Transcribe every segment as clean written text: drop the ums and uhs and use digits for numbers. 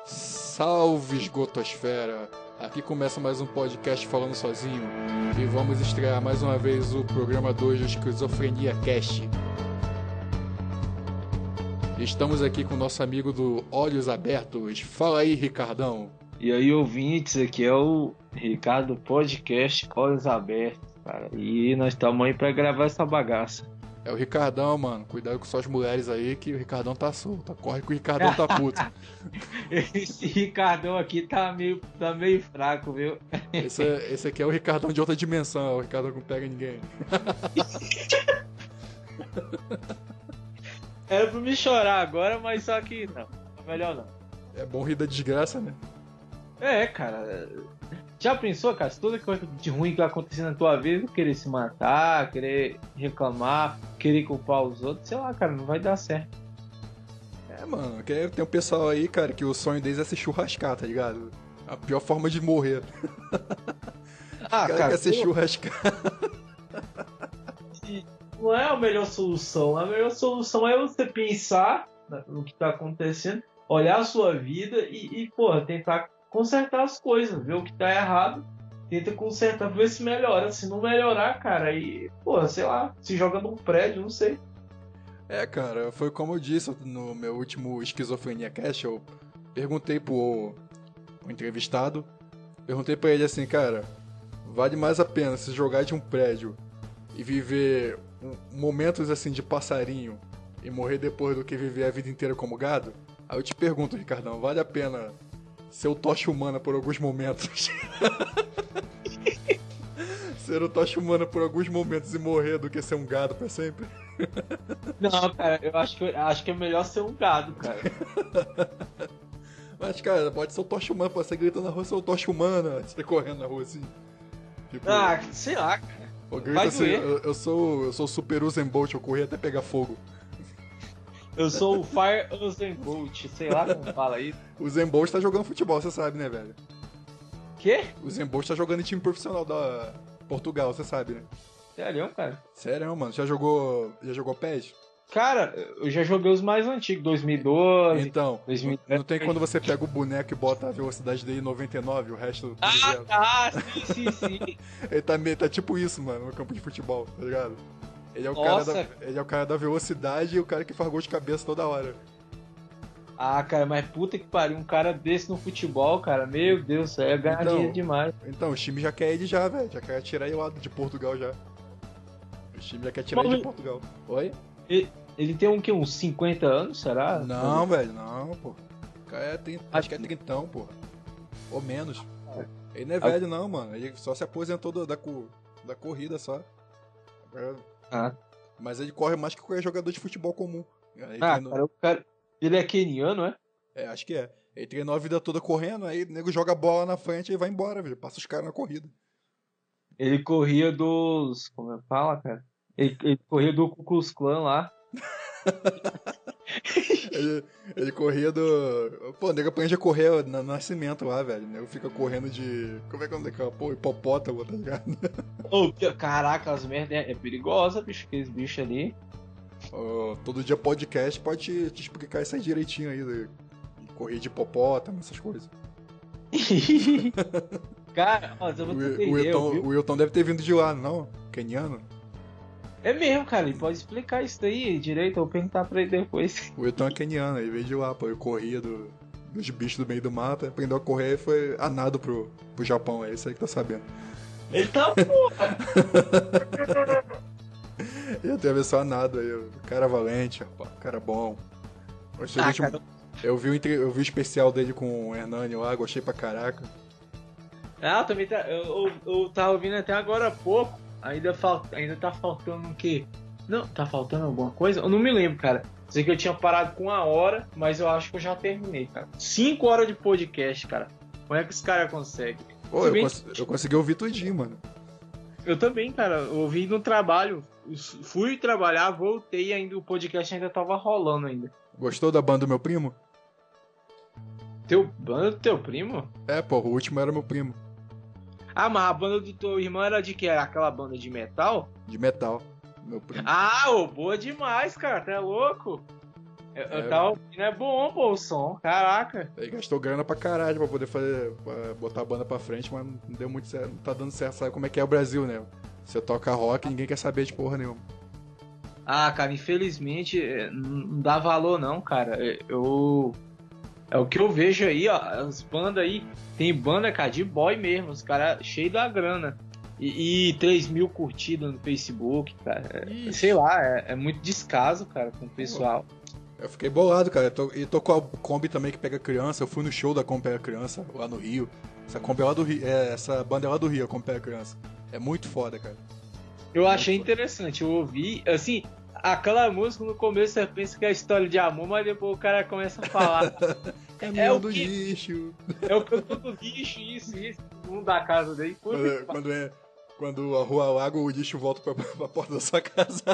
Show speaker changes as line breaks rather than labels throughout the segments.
Salve esgotosfera! Aqui começa mais um podcast falando sozinho e vamos estrear mais uma vez o programa 2 do Esquizofrenia Cast. Estamos aqui com o nosso amigo do Olhos Abertos. Fala aí, Ricardão.
E aí, ouvintes, aqui é o Ricardo Podcast Olhos Abertos, cara. E nós estamos aí pra gravar essa bagaça.
É o Ricardão, mano. Cuidado com suas mulheres aí que o Ricardão tá solto. Corre que o Ricardão tá puto.
Esse Ricardão aqui tá meio fraco, viu?
Esse aqui é o Ricardão de outra dimensão. É o Ricardão que não pega ninguém.
Era pra me chorar agora, mas só que não. Melhor não.
É bom rir da desgraça, né?
É, cara. Já pensou, cara, se toda coisa de ruim que vai acontecer na tua vida, querer se matar, querer reclamar, querer culpar os outros, sei lá, cara, não vai dar certo.
É, mano, tem um pessoal aí, cara, que o sonho deles é se churrascar, tá ligado? A pior forma de morrer.
Ah,
o cara quer se churrascar.
Não é a melhor solução. A melhor solução é você pensar no que tá acontecendo, olhar a sua vida e tentar consertar as coisas, ver o que tá errado, tenta consertar, ver se melhora. Se não melhorar, cara, aí, sei lá, se joga num prédio, não sei.
É, cara, foi como eu disse no meu último Esquizofrenia Cast, eu perguntei pro entrevistado, perguntei pra ele assim, cara, vale mais a pena se jogar de um prédio e viver momentos assim de passarinho e morrer depois do que viver a vida inteira como gado? Aí eu te pergunto, Ricardão, vale a pena ser o tocha humana por alguns momentos? Ser o tocha humana por alguns momentos e morrer do que ser um gado pra sempre?
Não, cara, eu acho que é melhor ser um gado, cara.
Mas, cara, pode ser o tocha humana, pode ser gritando na rua, ser o tocha humana, você correndo na rua assim.
Tipo, sei lá, cara.
Grita assim, eu sou o Super Usain Bolt, eu corri até pegar fogo.
Eu sou o Fire Usain Bolt, sei lá como fala isso.
O Usain Bolt tá jogando futebol, você sabe, né, velho?
Quê?
O Usain Bolt tá jogando em time profissional da Portugal, você sabe, né?
Sério, cara?
Sério, mano. Já jogou PES?
Cara, eu já joguei os mais antigos, 2012.
Então,
2010.
não tem quando você pega o boneco e bota a velocidade dele em 99, o resto...
Sim.
Ele tá tipo isso, mano, no campo de futebol, tá ligado? Ele é o cara da velocidade e o cara que faz gol de cabeça toda hora.
Ah, cara, mas puta que pariu, um cara desse no futebol, cara, meu Deus, isso aí é ganhar dinheiro demais.
Então, o time já quer ele já, velho, já quer tirar ele lá de Portugal já. O time já quer tirar ele de Portugal. Oi?
Ele tem uns 50 anos, será?
Não, velho, não, pô. O cara acho que é trintão, pô. Ou menos. Ele não é velho não, mano, ele só se aposentou da corrida só. Mas ele corre mais que qualquer jogador de futebol comum.
Cara, ele é keniano, é?
É, acho que é. Ele treinou a vida toda correndo, aí o nego joga a bola na frente e vai embora, velho. Passa os caras na corrida.
Ele corria dos... Como é que fala, cara? Ele corria do Ku Klux Klan lá.
ele corria do... Pô, o nego aprende a correr no nascimento lá, velho. O nego fica correndo de... Como é que é o nome daquela? Pô, hipopótamo, tá ligado?
Caraca, as merdas é perigosa, bicho, aqueles bichos ali.
Todo dia podcast pode te explicar isso aí direitinho aí, de correr de hipopótamo, essas coisas.
Cara, mas eu vou ter
o Wilton deve ter vindo de lá, não? Keniano?
É mesmo, cara, ele pode explicar isso daí direito, eu vou perguntar pra ele depois.
O Wilton é keniano, ele veio de lá, pô, ele corria dos bichos do meio do mato, aprendeu a correr e foi a nado pro Japão, é isso aí que tá sabendo.
Eita porra!
Ele atravessou a nado aí, o cara valente, rapaz, cara bom.
Cara...
Eu vi o especial dele com o Hernani lá, gostei pra caraca.
Também tá. Eu tava ouvindo até agora há pouco. Ainda tá faltando o quê? Não, tá faltando alguma coisa? Eu não me lembro, cara. Sei que eu tinha parado com 1 hora, mas eu acho que eu já terminei, cara. 5 horas de podcast, cara. Como é que os caras conseguem?
Pô, eu consegui ouvir tudinho, mano.
Eu também, cara. Eu ouvi no trabalho. Fui trabalhar, voltei e ainda o podcast ainda tava rolando ainda.
Gostou da banda do meu primo?
Banda do teu primo?
É, pô, o último era meu primo.
Ah, mas a banda do teu irmão era de que? Era aquela banda de metal?
De metal, meu primo.
Boa demais, cara, tá louco? Eu tava ouvindo, é bom, pô, o som, caraca.
Aí gastou grana pra caralho pra poder pra botar a banda pra frente, mas não deu muito certo, não tá dando certo. Sabe como é que é o Brasil, né? Você toca rock e ninguém quer saber de porra nenhuma.
Ah, cara, infelizmente não dá valor não, cara. É o que eu vejo aí, ó. As bandas aí, tem banda, cara, de boy mesmo, os caras cheios da grana. E 3 mil curtidas no Facebook, cara. Sei lá, é muito descaso, cara, com o pessoal.
Eu fiquei bolado, cara. E tô com a Kombi também que pega criança. Eu fui no show da Kombi Pega Criança, lá no Rio. Essa Kombi é lá do Rio. Essa banda é lá do Rio, a Kombi Pega Criança. É muito foda, cara.
Eu achei interessante, eu ouvi, assim, aquela música no começo você pensa que é história de amor, mas depois o cara começa a falar.
Caminhão do lixo.
É o canto do lixo, isso, um da casa dele.
Quando a rua Lago, o lixo volta pra porta da sua casa.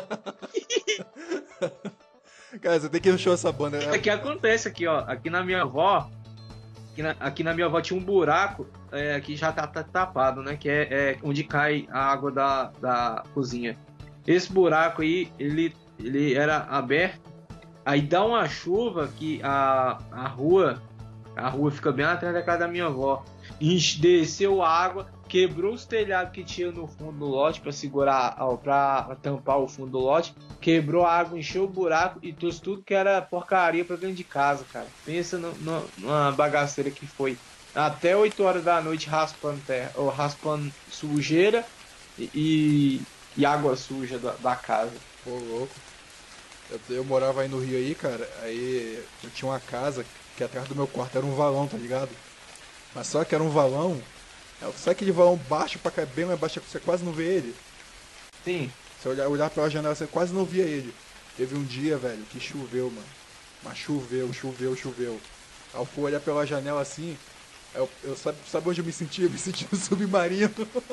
Cara, você tem que ir no show essa banda.
O que acontece aqui, ó, aqui na minha avó, aqui na minha avó tinha um buraco, que já tá tapado, né, que é onde cai a água da cozinha. Esse buraco aí, ele era aberto, aí dá uma chuva que a rua fica bem atrás da casa da minha avó. Desceu água, quebrou os telhados que tinha no fundo do lote para segurar, para tampar o fundo do lote. Quebrou a água, encheu o buraco e trouxe tudo que era porcaria para dentro de casa, cara. Pensa numa bagaceira que foi. Até 8 horas da noite raspando terra, ou raspando sujeira e água suja da casa.
Pô, louco. Eu morava aí no Rio aí, cara. Aí eu tinha uma casa que atrás do meu quarto era um valão, tá ligado? Mas só que era um valão. Sabe aquele valão baixo pra cá, bem mais baixo, que você quase não vê ele?
Sim.
Você olhar pela janela, você quase não via ele. Teve um dia, velho, que choveu, mano. Mas choveu. Aí eu fui olhar pela janela assim. Sabe onde eu me senti? Eu me senti no submarino.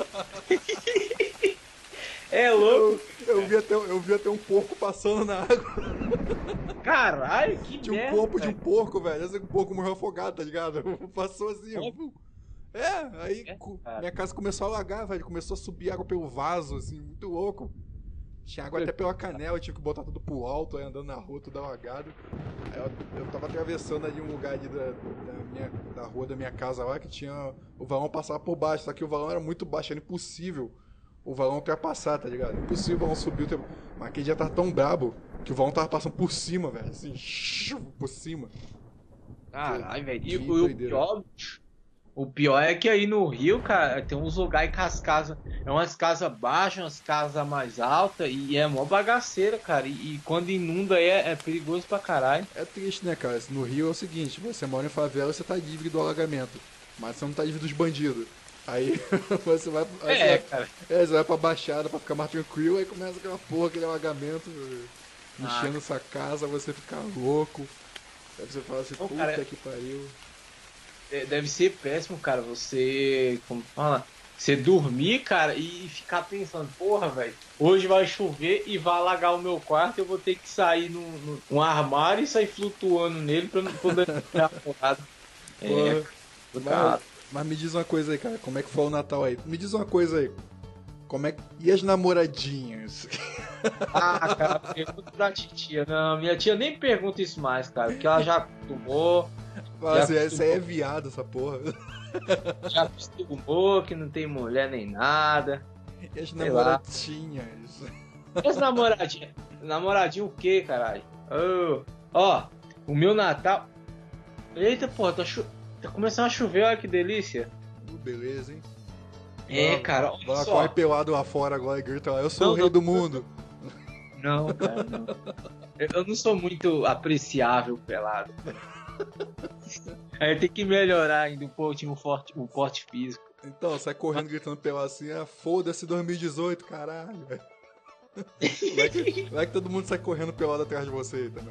É louco.
Eu vi até um porco passando na água.
Caralho, que
Tinha
merda.
um corpo de um porco, velho. Esse porco morreu afogado, tá ligado? Passou assim, ó. Minha casa começou a alagar, velho. Começou a subir água pelo vaso, assim, muito louco. Tinha água até pela canela, eu tive que botar tudo pro alto, aí andando na rua, tudo alagado. Aí eu tava atravessando ali um lugar ali da rua da minha casa lá, que tinha. O valão passava por baixo, só que o valão era muito baixo, era impossível o valão ultrapassar, tá ligado? Impossível o valão subir. Mas aquele dia tava tão brabo que o valão tava passando por cima, velho. Assim, por cima.
Caralho, velho. E o pior é que aí no Rio, cara, tem uns lugares que as casas. É umas casas baixas, umas casas mais altas. E é mó bagaceira, cara. E quando inunda aí é perigoso pra caralho.
É triste, né, cara? No Rio é o seguinte: você mora em favela e você tá livre do alagamento. Mas você não tá livre dos bandidos. Aí você vai.
Cara.
Você vai pra Baixada pra ficar mais tranquilo, aí começa aquela porra, aquele alagamento, enchendo sua casa, você fica louco. Aí você fala assim, puta que pariu.
Deve ser péssimo, cara, você. Como fala? Você dormir, cara, e ficar pensando, porra, velho, hoje vai chover e vai alagar o meu quarto, eu vou ter que sair num armário e sair flutuando nele pra não poder ficar porrada.
Mas me diz uma coisa aí, cara, como é que foi o Natal aí? Me diz uma coisa aí, e as namoradinhas?
Ah, cara, pergunta da titia. Não, minha tia nem pergunta isso mais, cara, porque ela já acostumou.
Essa aí é viado, essa porra.
Já acostumou que não tem mulher nem nada.
E as namoradinhas?
E as namoradinhas? Namoradinho o quê, caralho? Ó, o meu Natal... Eita, porra, tá começando a chover, olha que delícia.
Beleza, hein?
Cara, olha
só.
Corre
pelado lá fora agora e grita lá, eu sou o rei do mundo.
Não, cara, não. Eu não sou muito apreciável pelado. Aí tem que melhorar ainda um pouquinho o porte físico.
Então, sai correndo gritando pelado assim, foda-se 2018, caralho. Vai que todo mundo sai correndo pelado atrás de você também.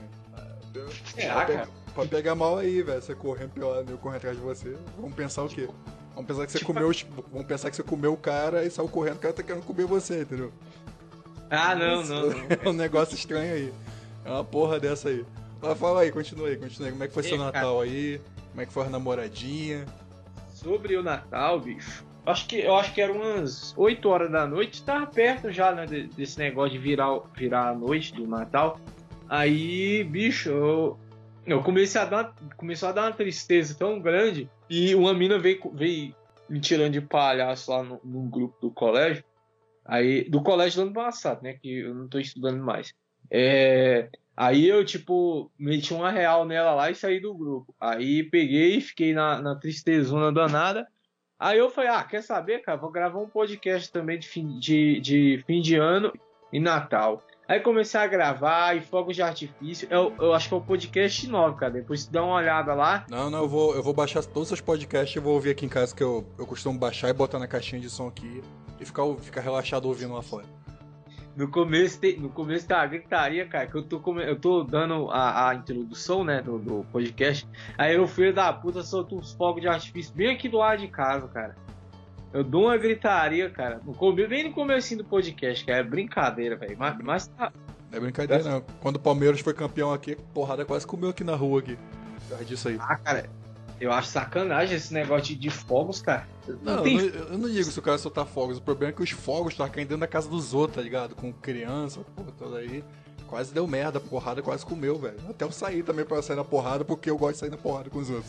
Pode pegar mal aí, velho, você correndo pelado e eu correndo atrás de você. Vamos pensar o quê? Vamos pensar que você Vamos pensar que você comeu o cara e saiu correndo, o cara tá querendo comer você, entendeu?
Não.
É um negócio estranho aí. É uma porra dessa aí. Mas fala aí, continua aí. Como é que foi seu Natal aí? Como é que foi a namoradinha?
Sobre o Natal, bicho. Eu acho que era umas 8 horas da noite. Tava perto já, né, desse negócio de virar a noite do Natal. Aí, bicho, eu começou a dar uma tristeza tão grande. E uma mina veio me tirando de palhaço lá no grupo do colégio. Aí, do colégio do ano passado, né? Que eu não tô estudando mais. Aí eu, tipo, meti uma real nela lá e saí do grupo. Aí peguei e fiquei na tristezona danada. Aí eu falei, quer saber, cara? Vou gravar um podcast também de fim de ano e Natal. Aí comecei a gravar e fogos de artifício. Eu acho que é o podcast 9, cara. Depois você dá uma olhada lá.
Não, eu vou baixar todos os podcasts e vou ouvir aqui em casa, que eu costumo baixar e botar na caixinha de som aqui e ficar relaxado ouvindo lá fora.
No começo tem uma gritaria, cara, que eu tô dando a introdução, né, do podcast. Aí o filho da puta soltou uns fogos de artifício bem aqui do lado de casa, cara. Eu dou uma gritaria, cara. Bem no comecinho do podcast, cara. É brincadeira, velho. Mas tá.
Não é brincadeira, não. Quando o Palmeiras foi campeão aqui, porrada quase comeu aqui na rua aqui. Por causa disso aí.
Cara, eu acho sacanagem esse negócio de fogos, cara.
Eu não digo se o cara soltar fogos. O problema é que os fogos tá caindo dentro da casa dos outros, tá ligado? Com criança, porra, toda aí. Quase deu merda, a porrada quase comeu, velho. Até eu saí também pra sair na porrada, porque eu gosto de sair na porrada com os outros.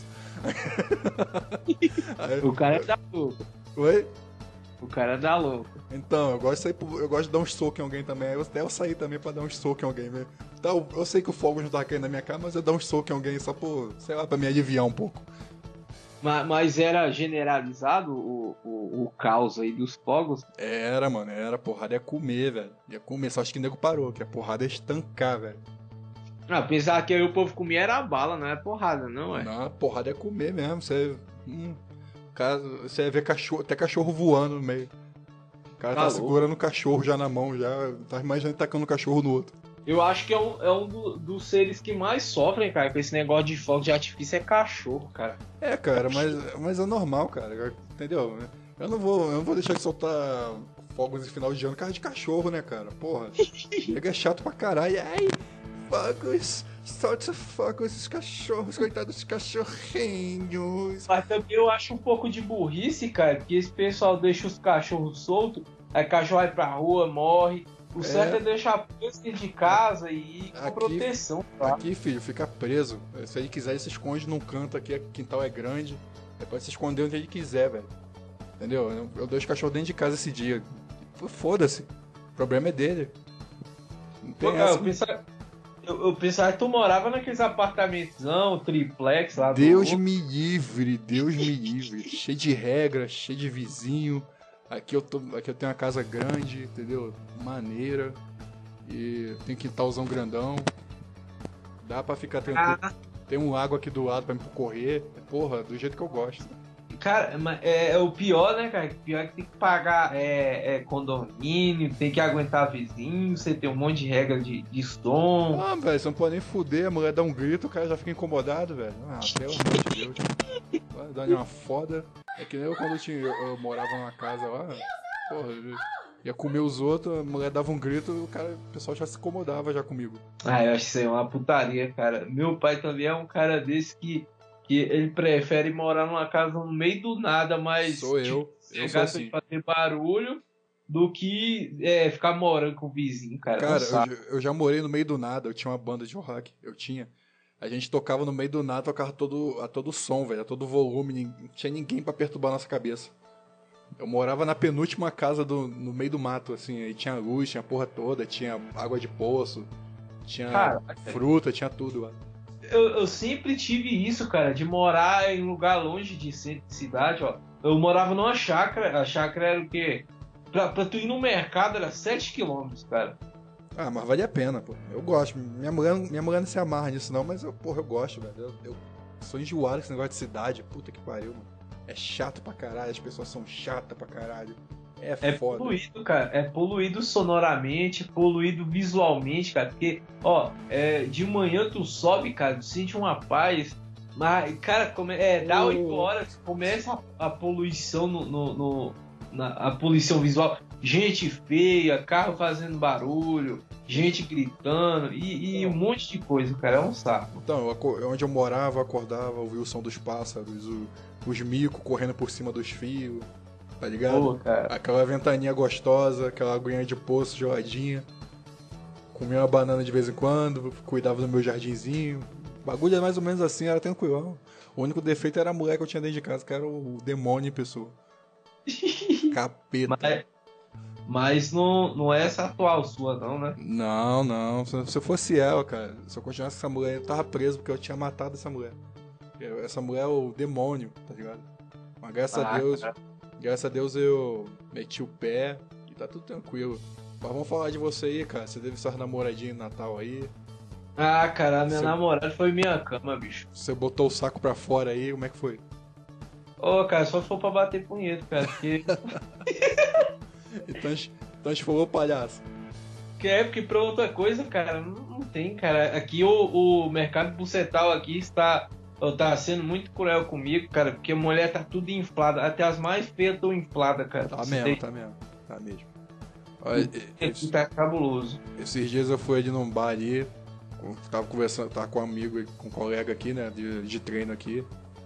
Aí... O cara tá louco.
Oi?
O cara dá louco.
Então, eu gosto de dar uns socos em alguém também. Até eu saí também pra dar uns socos em alguém, velho. Então, eu sei que o fogo não tá caindo na minha cara, mas eu dar uns socos em alguém só por, sei lá, pra me aliviar um pouco.
Mas era generalizado o caos aí dos fogos?
Era, mano, era. Porrada ia comer, velho. Ia comer, só acho que o nego parou, que a porrada ia estancar, velho.
Pensava que aí o povo comia era bala, não é porrada, não é?
Não, a porrada ia comer mesmo. Você ia ver até cachorro voando no meio. O cara tá segurando o cachorro já na mão, já tá imaginando tacando o cachorro no outro.
Eu acho que é um dos seres que mais sofrem, cara, com esse negócio de fogo de artifício é cachorro, cara.
Cara, mas é normal, cara, entendeu? Eu não vou deixar de soltar fogos em final de ano por causa de cachorro, né, cara? Porra, é chato pra caralho. Ai, fogos, solta fogos, esses cachorros, coitados dos cachorrinhos.
Mas também eu acho um pouco de burrice, cara, que esse pessoal deixa os cachorros soltos, aí o cachorro vai pra rua, morre. O certo é deixar preso dentro de casa e ir com proteção, tá?
Aqui, filho, fica preso. Se ele quiser, ele se esconde num canto aqui, o quintal é grande. Ele pode se esconder onde ele quiser, velho. Entendeu? Eu deixo o cachorro dentro de casa esse dia. Foda-se. O problema é dele. Não tem essa.
Eu pensava que tu morava naqueles apartamentão, triplex lá.
Deus me livre. Cheio de regras, cheio de vizinho. Aqui eu tenho uma casa grande, entendeu? Maneira. E tem quintalzão grandão. Dá pra ficar tranquilo. Tem um lago aqui do lado pra me correr. Porra, do jeito que eu gosto.
Cara, é o pior, né, cara? O pior é que tem que pagar condomínio, tem que aguentar vizinho, você tem um monte de regra de som.
Velho, você não pode nem fuder, a mulher dá um grito, o cara já fica incomodado, velho. Pelo amor de Deus. Vai dar uma foda. É que nem eu quando eu morava numa casa lá, porra, ia comer os outros, a mulher dava um grito e o pessoal já se incomodava já comigo.
Eu acho isso aí uma putaria, cara. Meu pai também é um cara desse que ele prefere morar numa casa no meio do nada, mas
sou eu sou assim.
Fazer barulho do que ficar morando com o vizinho, cara.
Cara, eu já morei no meio do nada, eu tinha uma banda de rock, a gente tocava no meio do nada, tocava a todo som, velho, a todo volume, não tinha ninguém pra perturbar nossa cabeça. Eu morava na penúltima casa no meio do mato, assim, aí tinha luz, tinha a porra toda, tinha água de poço, tinha fruta, tinha tudo lá.
Eu sempre tive isso, cara, de morar em lugar longe de centro de cidade, ó. Eu morava numa chácara, a chácara era o quê? Pra tu ir no mercado era 7 km, cara.
Mas vale a pena, pô. Eu gosto. Minha mulher não se amarra nisso não, mas eu gosto, velho. Eu sou enjoado com esse negócio de cidade. Puta que pariu, mano. É chato pra caralho, as pessoas são chatas pra caralho. É foda. É
poluído, cara. É poluído sonoramente, poluído visualmente, cara. Porque, de manhã tu sobe, cara, tu sente uma paz. Mas, cara, dá 8 horas, começa a poluição a poluição visual. Gente feia, carro fazendo barulho, gente gritando e um monte de coisa, cara. É um saco.
Então, onde eu morava, eu acordava, ouvia o som dos pássaros, os micos correndo por cima dos fios, tá ligado?
Cara.
Aquela ventaninha gostosa, aquela aguinha de poço geladinha. comia uma banana de vez em quando, cuidava do meu jardinzinho. O bagulho é mais ou menos assim, era tranquilão. O único defeito era a mulher que eu tinha dentro de casa, que era o demônio em pessoa. Capeta.
Mas não é essa atual sua, não, né?
Não. Se eu fosse ela, cara, se eu continuasse com essa mulher, eu tava preso porque eu tinha matado essa mulher. Essa mulher é o demônio, tá ligado? Mas graças a Deus eu meti o pé e tá tudo tranquilo. Mas vamos falar de você aí, cara. Você teve suas namoradinhas no Natal aí.
Ah, cara, minha namorada foi minha cama, bicho.
Você botou o saco pra fora aí, como é que foi?
Ô, cara, só se for pra bater punheta, cara, porque...
Então falou, palhaço.
Porque pra outra coisa, cara, não tem, cara. Aqui o mercado bucetal aqui está sendo muito cruel comigo, cara, porque a mulher tá tudo inflada, até as mais feias estão infladas, cara.
Tá mesmo. Olha,
Tá cabuloso.
Esses dias eu fui ali num bar ali, tava conversando, tava com um amigo, com um colega aqui, né, de treino aqui.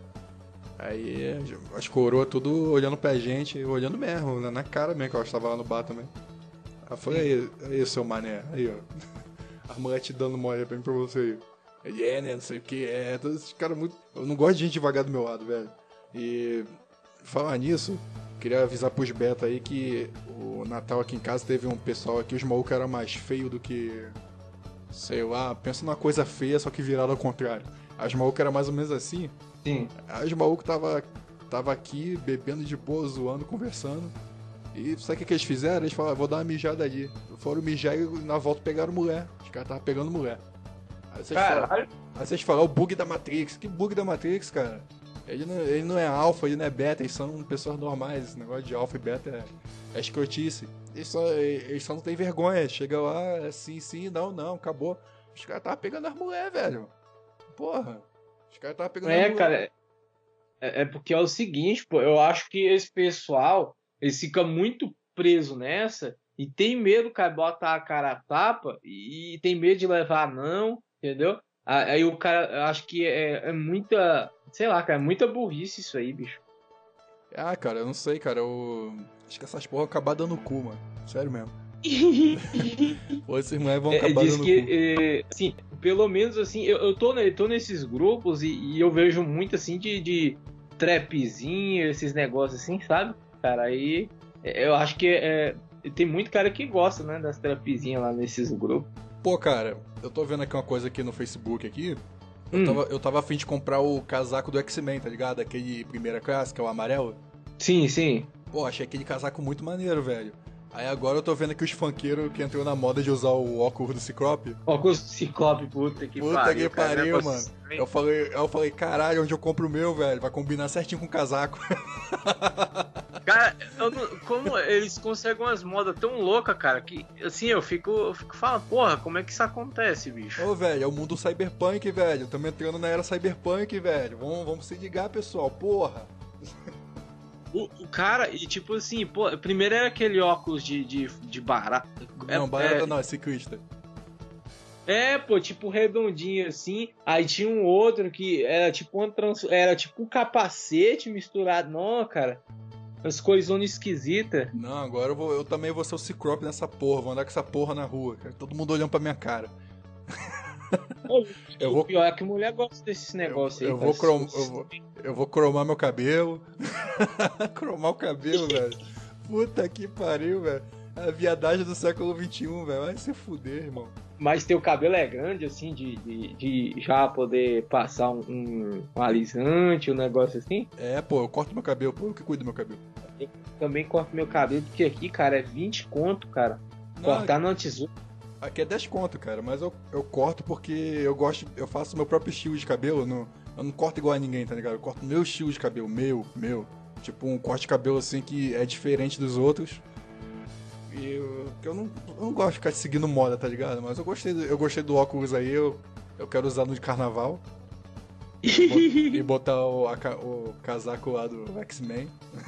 Aí as coroas tudo olhando pra gente, olhando mesmo, né, na cara mesmo, que eu estava lá no bar também. Aí eu falei, aí seu mané, aí ó, as mulheres te dando mole pra mim, pra você aí. Ele né, não sei o que, todos esses caras muito... Eu não gosto de gente devagar do meu lado, velho. E falar nisso, queria avisar pros beta aí que o Natal aqui em casa teve um pessoal aqui, os malucos eram mais feios do que... Sei lá, pensa numa coisa feia, só que virado ao contrário. As malucas eram mais ou menos assim.
Sim.
Aí os malucos tava aqui, bebendo de boa, zoando, conversando. E sabe o que eles fizeram? Eles falaram, vou dar uma mijada ali. Foram mijar e na volta pegaram mulher. Os caras estavam pegando mulher. Aí vocês falam, o bug da Matrix. Que bug da Matrix, cara? Ele não é alfa, ele não é beta, eles são pessoas normais. Esse negócio de alfa e beta é escrotice. Eles só não tem vergonha. Chega lá, sim, não, acabou. Os caras estavam pegando as mulheres, velho. Porra. Os caras estavam pegando as mulheres.
Cara, é porque é o seguinte, pô, eu acho que esse pessoal, eles ficam muito preso nessa e tem medo, cara, botar a cara a tapa e tem medo de levar não, entendeu? Aí o cara, eu acho que é muita, sei lá, cara, é muita burrice isso aí, bicho.
Ah, cara, eu não sei, cara, eu acho que essas porra vão acabar dando cu, mano. Sério mesmo. Pô, esses moleques vão acabar dando cu.
Assim, pelo menos assim, eu tô nesses grupos e eu vejo muito assim de trapzinho, esses negócios assim, sabe? Cara, aí eu acho que tem muito cara que gosta, né, das trapzinhas lá nesses grupos.
Pô, cara, eu tô vendo aqui uma coisa aqui no Facebook aqui. Eu tava a fim de comprar o casaco do X-Men, tá ligado? Aquele primeira classe, que é o amarelo.
Sim.
Pô, achei aquele casaco muito maneiro, velho. Aí agora eu tô vendo aqui os funkeiros que entrou na moda de usar o óculos do Ciclope.
Óculos do Ciclope, puta que pariu.
Puta que pariu, mano. Eu falei, caralho, onde eu compro o meu, velho? Vai combinar certinho com o casaco.
Cara, como eles conseguem umas modas tão loucas, cara, que assim, eu fico falando, porra, como é que isso acontece, bicho?
Ô, velho, é o mundo cyberpunk, velho. Estamos entrando na era cyberpunk, velho. Vamos se ligar, pessoal, porra.
O cara, e tipo assim, pô, primeiro era aquele óculos de barata.
Não, barata não, é ciclista.
Pô, tipo redondinho assim. Aí tinha um outro que era tipo era tipo um capacete misturado. Não, cara. As corizonas esquisitas.
Não, agora eu também vou ser o Ciclope nessa porra. Vou andar com essa porra na rua, cara. Todo mundo olhando pra minha cara.
O pior é que mulher gosta desses negócios aí.
Eu vou cromar meu cabelo. Cromar o cabelo, velho. Puta que pariu, velho. A viadagem do século XXI, velho. Vai se fuder, irmão.
Mas teu cabelo é grande, assim, de já poder passar um alisante, um negócio assim?
Pô, eu corto meu cabelo. Pô, eu que cuido do meu cabelo.
Eu também corto meu cabelo, porque aqui, cara, é 20 conto, cara. Cortar na tesoura.
Aqui é 10 conto, cara, mas eu corto porque eu faço meu próprio estilo de cabelo, eu não corto igual a ninguém, tá ligado? Eu corto meu estilo de cabelo, meu. Tipo um corte de cabelo assim que é diferente dos outros. E eu não gosto de ficar seguindo moda, tá ligado? Mas eu gostei do óculos aí, eu quero usar no de carnaval. E botar o casaco lá do X-Men.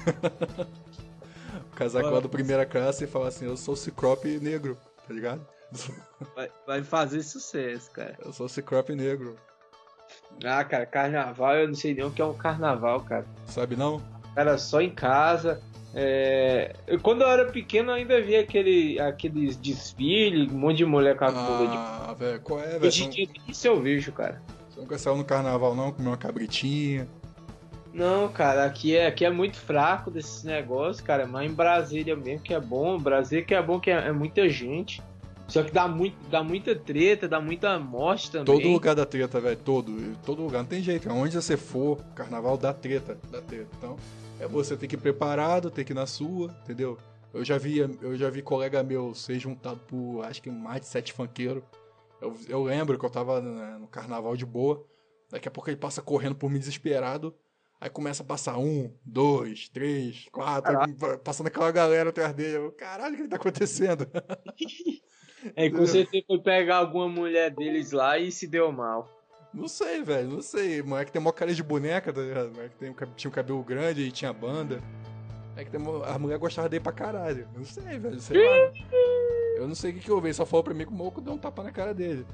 O casaco lá do primeira classe e falar assim, eu sou o Ciclope negro, tá ligado?
Vai fazer sucesso, cara.
Eu sou o Ciclope negro.
Ah, cara, carnaval, eu não sei nem o que é um carnaval, cara.
Sabe não?
Cara, só em casa, Quando eu era pequeno, eu ainda via aqueles desfiles, um monte de mulher com a bunda de...
Ah, velho, qual é, velho?
Hoje em dia, isso eu vejo, cara.
Você nunca saiu no carnaval, não? Comer uma cabritinha?
Não, cara, aqui é muito fraco desses negócios, cara. Mas em Brasília mesmo que é bom. Brasília que é bom, que é muita gente. Só que dá muita treta, dá muita morte também.
Todo lugar dá treta, velho. Todo lugar. Não tem jeito. Aonde você for, carnaval dá treta. Dá treta. Então, você ter que ir preparado, ter que ir na sua, entendeu? Eu já vi colega meu ser juntado por, acho que mais de 7 funkeiros. Eu lembro que eu tava no carnaval de boa. Daqui a pouco ele passa correndo por mim desesperado. Aí começa a passar 1, 2, 3, 4, passando aquela galera atrás dele. Eu, caralho, o que tá acontecendo?
Com certeza foi pegar alguma mulher deles lá e se deu mal.
Não sei, velho, não sei. Moleque tem mó cara de boneca, tá ligado? Moleque tinha um cabelo grande e tinha banda. A mulher gostava dele pra caralho. Não sei, velho, sei lá. Eu não sei o que eu vi, só falou pra mim que o maluco deu um tapa na cara dele.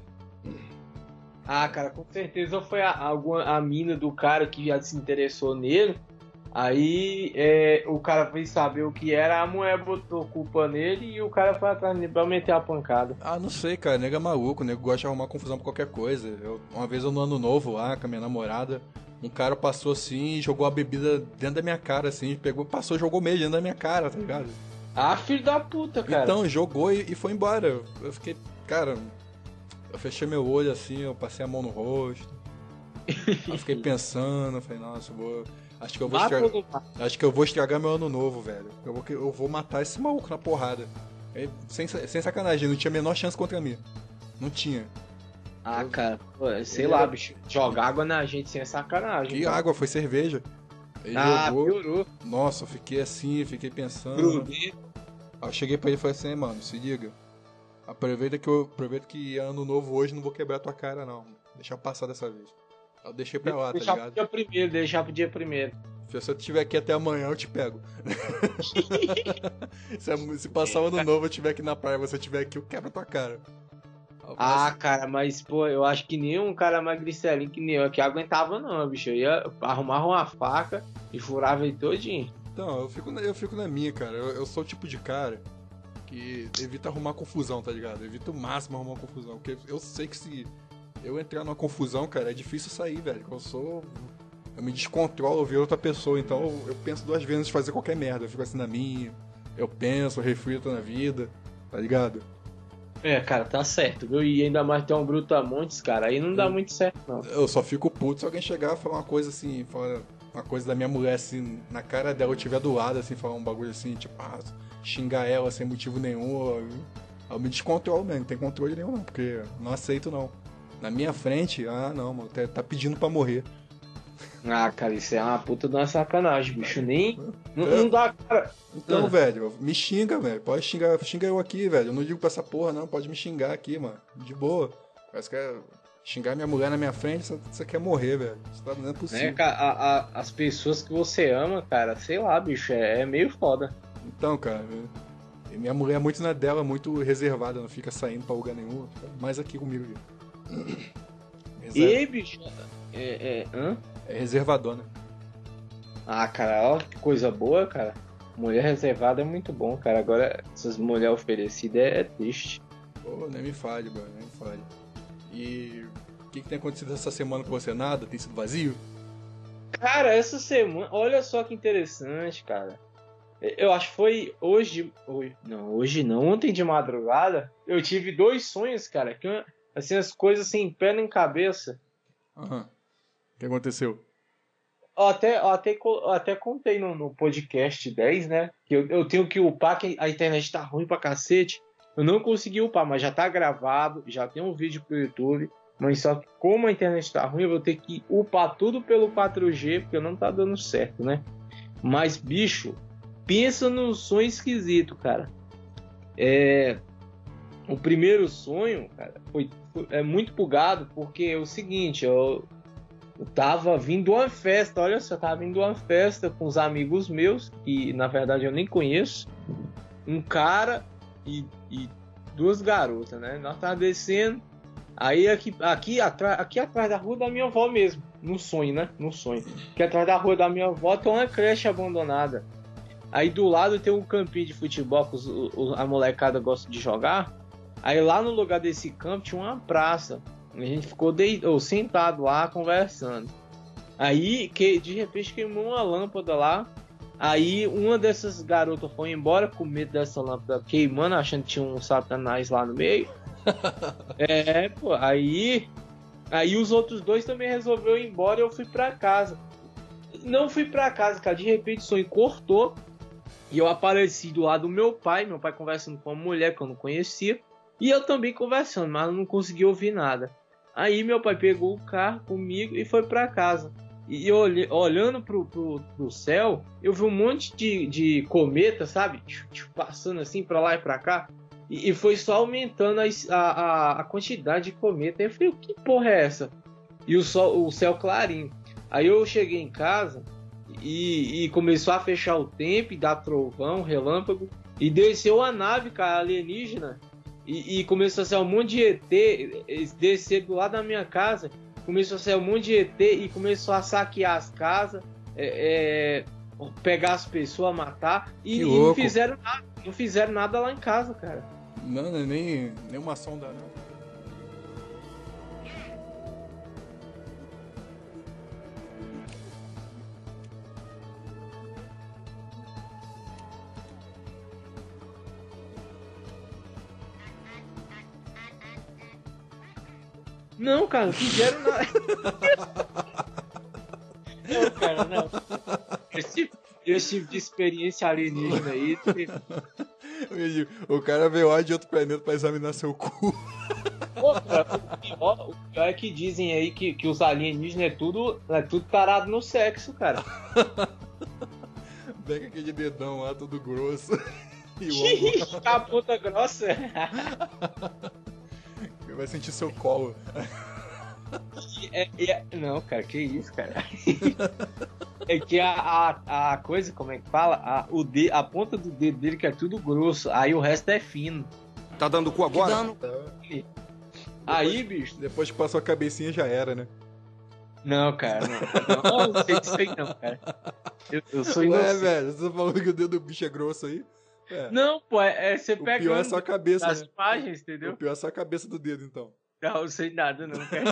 Ah, cara, com certeza foi a mina do cara que já se interessou nele. Aí o cara foi saber o que era, a mulher botou culpa nele e o cara foi atrás dele pra meter a pancada.
Ah, não sei, cara, nego é maluco, nego gosta de arrumar confusão por qualquer coisa. Uma vez eu no ano novo lá com a minha namorada, um cara passou assim e jogou a bebida dentro da minha cara, assim, passou e jogou meio dentro da minha cara, tá ligado?
Ah, filho da puta, cara.
Então, jogou e foi embora. Eu fiquei, cara, eu fechei meu olho assim, eu passei a mão no rosto. Eu fiquei pensando, falei, nossa, acho que eu vou estragar meu ano novo, velho. Eu vou matar esse maluco na porrada. Sem sacanagem, não tinha a menor chance contra mim. Não tinha.
Ah, cara, sei lá, bicho. Jogar água na gente sem sacanagem.
Que água? Foi cerveja. Ele jogou. Piorou. Nossa, eu fiquei assim, fiquei pensando. Aí eu cheguei pra ele e falei assim, mano, se liga. Aproveita que ano novo hoje, não vou quebrar tua cara, não. Deixa eu passar dessa vez. Eu deixei pra lá, tá ligado?
Deixar pro dia primeiro.
Se eu estiver aqui até amanhã, eu te pego. Se passar o ano novo, eu estiver aqui na praia, você estiver aqui, eu quebro tua cara.
Cara, mas, pô, eu acho que nenhum cara magricelinho que nem eu aqui aguentava não, bicho. Eu ia arrumar uma faca e furava ele todinho.
Então, eu fico na minha, cara. Eu sou o tipo de cara que evita arrumar confusão, tá ligado? Evita o máximo arrumar confusão. Porque eu sei que se eu entrar numa confusão, cara, é difícil sair, velho. Eu me descontrolo, eu viro outra pessoa. Então eu penso 2 vezes em fazer qualquer merda. Eu fico assim na minha. Eu penso, eu reflito na vida, tá ligado?
Cara, tá certo, viu? E ainda mais tem um brutamontes, cara, aí não dá muito certo, não.
Eu só fico puto se alguém chegar e falar uma coisa assim, falar uma coisa da minha mulher assim, na cara dela, eu estiver do lado, assim, falar um bagulho assim, tipo, xingar ela sem motivo nenhum. Eu me descontrolo mesmo, não tem controle nenhum não, porque não aceito não. Na minha frente, não, mano, tá pedindo pra morrer.
Ah, cara, isso é uma puta de uma sacanagem, bicho. Não dá, cara.
Então, velho, me xinga, velho. Pode xinga eu aqui, velho. Eu não ligo pra essa porra, não. Pode me xingar aqui, mano. De boa. Parece que xingar minha mulher na minha frente, você quer morrer, velho. Isso não é possível.
As pessoas que você ama, cara, sei lá, bicho, é meio foda.
Então, cara, minha mulher é muito na dela, muito reservada. Não fica saindo pra lugar nenhum. Fica mais aqui comigo.
E, bicho?
É reservadona.
Ah, cara, ó, que coisa boa, cara. Mulher reservada é muito bom, cara. Agora, essas mulheres oferecidas é triste.
Pô, nem me fale, mano, nem me fale. E o que tem acontecido essa semana com você? Nada? Tem sido vazio?
Cara, essa semana, olha só que interessante, cara. Eu acho que foi hoje não, ontem de madrugada, eu tive 2 sonhos, cara, que assim, as coisas sem pé nem cabeça.
Aham. O que aconteceu?
Até contei no podcast 10, né? Que eu tenho que upar, que a internet tá ruim pra cacete. Eu não consegui upar, mas já tá gravado, já tem um vídeo pro YouTube. Mas só que como a internet tá ruim, eu vou ter que upar tudo pelo 4G, porque não tá dando certo, né? Mas, bicho, pensa num sonho esquisito, cara. O primeiro sonho, cara, foi muito bugado, porque é o seguinte, eu tava vindo uma festa, olha só, tava vindo uma festa com os amigos meus, que na verdade eu nem conheço, um cara e 2 garotas, né? Nós tava descendo, aí aqui atrás da rua da minha avó mesmo, no sonho, né? No sonho. Aqui atrás da rua da minha avó tem uma creche abandonada. Aí do lado tem um campinho de futebol que a molecada gosta de jogar. Aí lá no lugar desse campo tinha uma praça. A gente ficou sentado lá conversando. Aí de repente queimou uma lâmpada lá. Aí uma dessas garotas foi embora com medo dessa lâmpada queimando, achando que tinha um satanás lá no meio. Pô, aí os outros dois também resolveram ir embora e eu fui pra casa. Não fui pra casa, cara, de repente o sonho cortou e eu apareci do lado do meu pai conversando com uma mulher que eu não conhecia, e eu também conversando, mas eu não consegui ouvir nada. Aí meu pai pegou o carro comigo e foi pra casa. E eu olhando pro céu, eu vi um monte de cometa, sabe? Passando assim pra lá e pra cá. E foi só aumentando a quantidade de cometa. Aí eu falei, que porra é essa? E o céu clarinho. Aí eu cheguei em casa e começou a fechar o tempo, e dar trovão, relâmpago. E desceu a nave, cara, alienígena. E começou a sair um monte de ET, descer do lado da minha casa. Começou a sair um monte de ET e começou a saquear as casas, pegar as pessoas, matar. E não fizeram nada. Não fizeram nada lá em casa, cara.
Não, nem uma sonda, não.
Não, cara, não fizeram nada. Não, cara, não. Esse tipo de experiência alienígena aí.
O cara veio lá de outro planeta pra examinar seu cu.
Pô, cara, o pior é que dizem aí que os alienígenas é tudo tarado no sexo, cara.
Pega aquele dedão lá, todo grosso. E
a ponta grossa.
Vai sentir seu colo.
Não, cara, que isso, cara. É que a coisa, como é que fala? A ponta do dedo dele que é tudo grosso, aí o resto é fino.
Tá dando cu agora?
Aí, bicho.
Depois que passou a cabecinha já era, né?
Não, cara, não sei disso aí não, cara. Eu sou inocente.
Velho, você tá falando que o dedo do bicho é grosso aí?
Não, pô, você pega.
O pior é só a cabeça,
as
né?
imagens, entendeu?
O pior é só a cabeça do dedo, então.
Não sei nada, não, cara.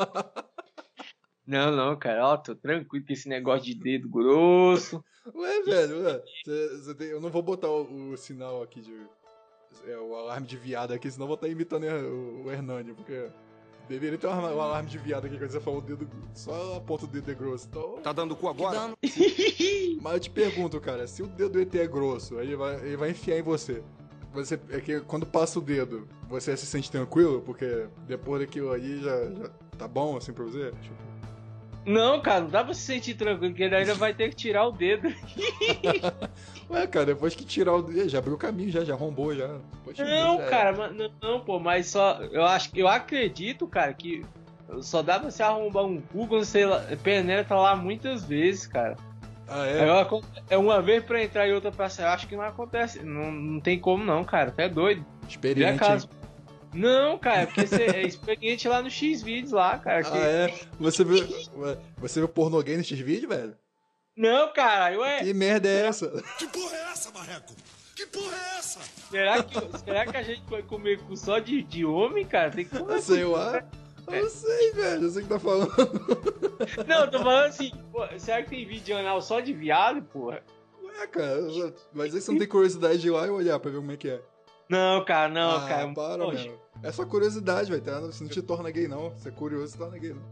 Não, cara, ó, tô tranquilo com esse negócio de dedo grosso.
Velho, eu não vou botar o sinal aqui o alarme de viado aqui, senão eu vou estar imitando o Hernani, porque deveria ter um alarme de viado aqui quando você falou o dedo, só a ponta do dedo é grosso. Então,
tá dando cu agora?
Mas eu te pergunto, cara, se o dedo do ET é grosso, aí ele vai enfiar em você. É que quando passa o dedo, você se sente tranquilo? Porque depois daquilo aí já tá bom assim pra você? Tipo...
Não, cara, não dá pra se sentir tranquilo, porque ele ainda vai ter que tirar o dedo.
Ué, cara, depois que tirar o dedo, já abriu o caminho, já arrombou, já.
Não, cara, mas só. Eu acredito, cara, que só dá pra você arrombar um cu quando você penetra lá muitas vezes, cara.
Ah, é?
É uma vez pra entrar e outra pra sair. Eu acho que não acontece. Não tem como não, cara. Tu é doido.
Experiente.
Não, cara, porque você é experiente lá no X-Videos lá, cara.
Ah, é? Você viu pornô gay no X-Video, velho?
Não, cara,
Que merda é essa?
Que porra é essa, Marreco? Que porra é essa?
Será que a gente vai comer cu só de homem, cara? Tem que comer.
Sei lá. Eu não sei, velho. Eu sei o que tá falando.
Não, eu tô falando assim, pô, será que tem vídeo anal só de viado, porra?
Ué, cara, mas aí você não tem curiosidade de ir lá e olhar pra ver como é que é.
Não, cara, não, cara.
Para, mesmo. É só curiosidade, velho. Tá? Você não te torna gay, não. Você é curioso, se torna gay, não.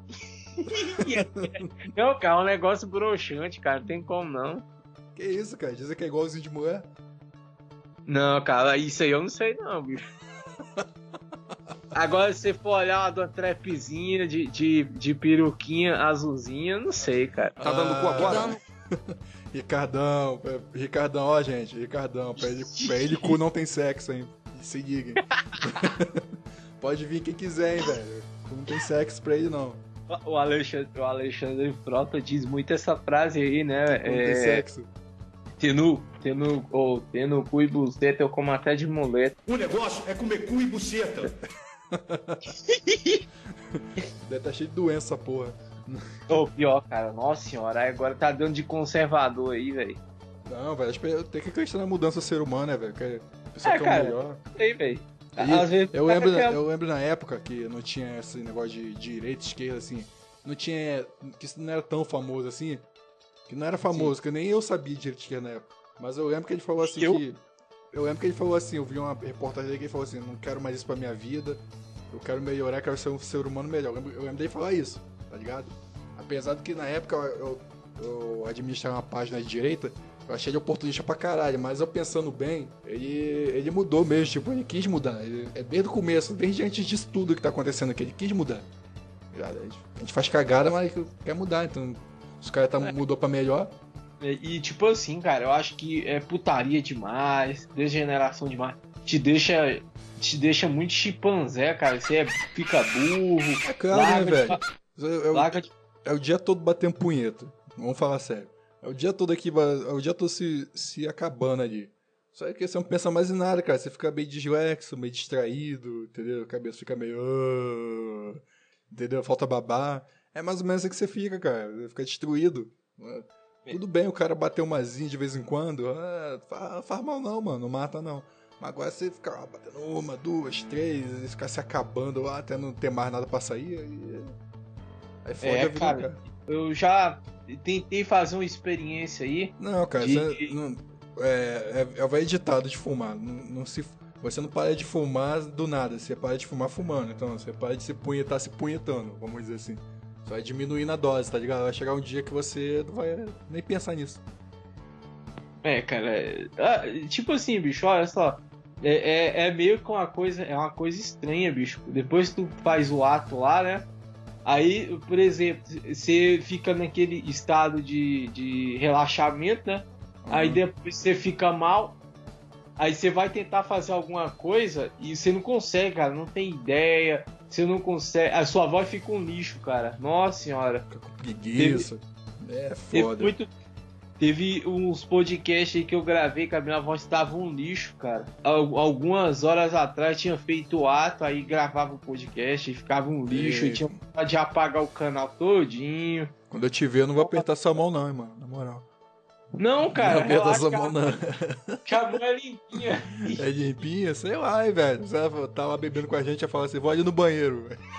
Não, cara, é um negócio broxante, cara. Não tem como, não.
Que isso, cara? Dizer que é igualzinho de mulher?
Não, cara, isso aí eu não sei, não, bicho. Agora, se você for olhar uma trapzinha de peruquinha azulzinha, não sei, cara.
Tá dando cu agora?
Ricardão, ó, gente. Ricardão, pra ele cu não tem sexo, hein? Se liguem. Pode vir quem quiser, hein, velho. Não tem sexo pra ele, não.
O Alexandre Frota diz muito essa frase aí, né?
Não tem sexo.
Tendo cu e buceta, eu como até de muleta.
O negócio é comer cu e buceta.
Deve estar cheio de doença essa porra.
Ô, pior, cara. Nossa senhora, agora tá dando de conservador aí, velho.
Não, velho, tem que acreditar na mudança do ser humano, né, velho? Que a pessoa quer o
cara,
melhor.
sei, velho.
E
Às vezes
eu lembro na época que não tinha esse negócio de direita, esquerda, assim. Não tinha. Que isso não era tão famoso assim. Que não era famoso, que nem eu sabia direita e esquerda na época. Mas eu lembro que ele falou assim que. Eu lembro que ele falou assim, eu vi uma reportagem dele que ele falou assim, não quero mais isso pra minha vida, eu quero melhorar, quero ser um ser humano melhor. Eu lembro dele falar isso, tá ligado? Apesar de que na época eu administrava uma página de direita, eu achei ele oportunista pra caralho, mas eu pensando bem, ele mudou mesmo, tipo, ele quis mudar. É desde o começo, desde antes disso tudo que tá acontecendo aqui, ele quis mudar. A gente faz cagada, mas quer mudar, então os caras mudou pra melhor.
E tipo assim, cara, eu acho que é putaria demais, degeneração demais. Te deixa muito chimpanzé, cara. Você fica burro.
É claro, né, velho?
Larga de...
É o dia todo batendo punheta. Vamos falar sério. É o dia todo aqui, é o dia todo se acabando ali. Só que você não pensa mais em nada, cara. Você fica meio dislexo, meio distraído, entendeu? A cabeça fica meio... entendeu? Falta babar. É mais ou menos assim que você fica, cara. Você fica destruído. Tudo bem o cara bater umazinha de vez em quando. Faz mal não, mano. Não mata não. Mas agora você fica batendo uma, duas, três, e ficar se acabando lá até não ter mais nada pra sair. Aí fode a vida, cara.
Eu já tentei fazer uma experiência aí.
Não, cara, é o velho ditado de fumar. Você não para de fumar do nada, você para de fumar fumando. Então você para de se punhetar se punhetando, vamos dizer assim. Você vai diminuindo a dose, tá ligado? Vai chegar um dia que você não vai nem pensar nisso.
Cara, tipo assim, bicho, olha só. É meio que uma coisa estranha, bicho. Depois que tu faz o ato lá, né? Aí, por exemplo, você fica naquele estado de relaxamento, né? Aí depois você fica mal. Aí você vai tentar fazer alguma coisa e você não consegue, cara. Não tem ideia. Você não consegue. A sua voz fica um lixo, cara. Nossa senhora.
Fica com preguiça. É foda.
Teve uns podcasts aí que eu gravei que a minha voz estava um lixo, cara. Algumas horas atrás tinha feito o ato, aí gravava o podcast e ficava um lixo. E tinha vontade de apagar o canal todinho.
Quando eu te ver, eu não vou apertar sua mão não, hein, mano. Na moral.
Não, cara.
Não aperta sua mão não.
Que a mão é limpinha.
É limpinha? Sei lá, hein, velho. Você tá lá bebendo com a gente e fala assim, vou ali no banheiro, velho.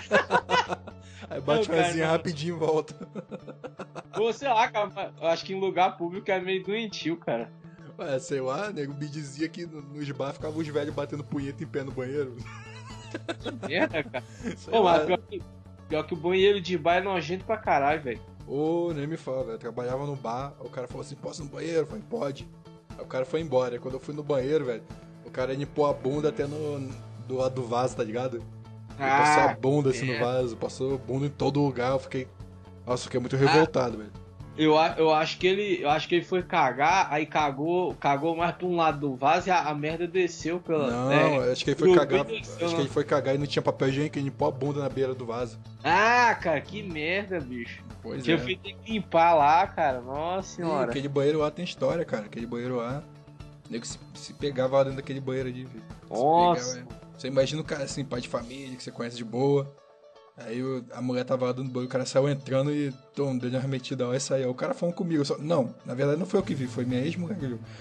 Aí bate uma asinha rapidinho e volta.
Pô, sei lá, cara, eu acho que em lugar público é meio doentio, cara.
Ué, sei lá, nego me dizia que nos bar ficavam os velhos batendo punheta em pé no banheiro.
Que merda, cara. Pô, mas pior que o banheiro de bar é nojento pra caralho, velho.
Ô, nem me fala, velho. Eu trabalhava no bar, o cara falou assim, posso ir no banheiro? Eu falei, pode. Aí o cara foi embora. Aí quando eu fui no banheiro, velho, o cara limpou a bunda até do lado do vaso, tá ligado? Ele passou a bunda assim no vaso, passou a bunda em todo lugar, eu fiquei... Nossa, eu fiquei muito revoltado, velho.
Eu acho que ele foi cagar, aí cagou mais pra um lado do vaso e a merda desceu pela...
Não, acho que ele foi cagar. Acho que ele foi cagar e não tinha papel higiênico, ele limpou a bunda na beira do vaso.
Ah, cara, que merda, bicho.
Pois
eu fui ter que limpar lá, cara. Nossa senhora.
E aquele banheiro lá tem história, cara. Aquele banheiro lá. O nego se pegava lá dentro daquele banheiro ali, velho.
Nossa.
Você imagina o cara assim, pai de família, que você conhece de boa. Aí a mulher tava lá dando banho, o cara saiu entrando e deu uma remetida lá e saiu. O cara falando comigo. Não, na verdade não foi eu que vi, foi minha ex-mulher que viu.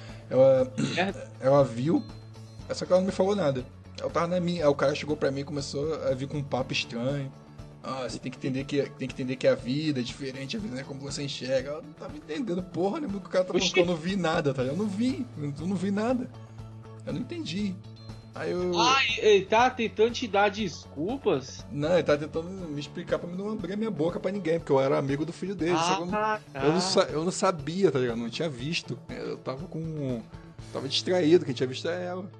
Ela viu, só que ela não me falou nada. Ela tava na minha. Aí o cara chegou pra mim e começou a vir com um papo estranho. Você tem que entender que a vida é diferente, a vida não é como você enxerga. Ela não tava entendendo porra, né? O cara tá falando que eu não vi nada, tá? Eu não vi nada. Eu não entendi. Aí
ele tá tentando te dar desculpas?
Não, ele tá tentando me explicar pra mim não abrir a minha boca pra ninguém, porque eu era amigo do filho dele. Eu não sabia, tá ligado? Não tinha visto. Eu tava distraído, quem tinha visto é ela.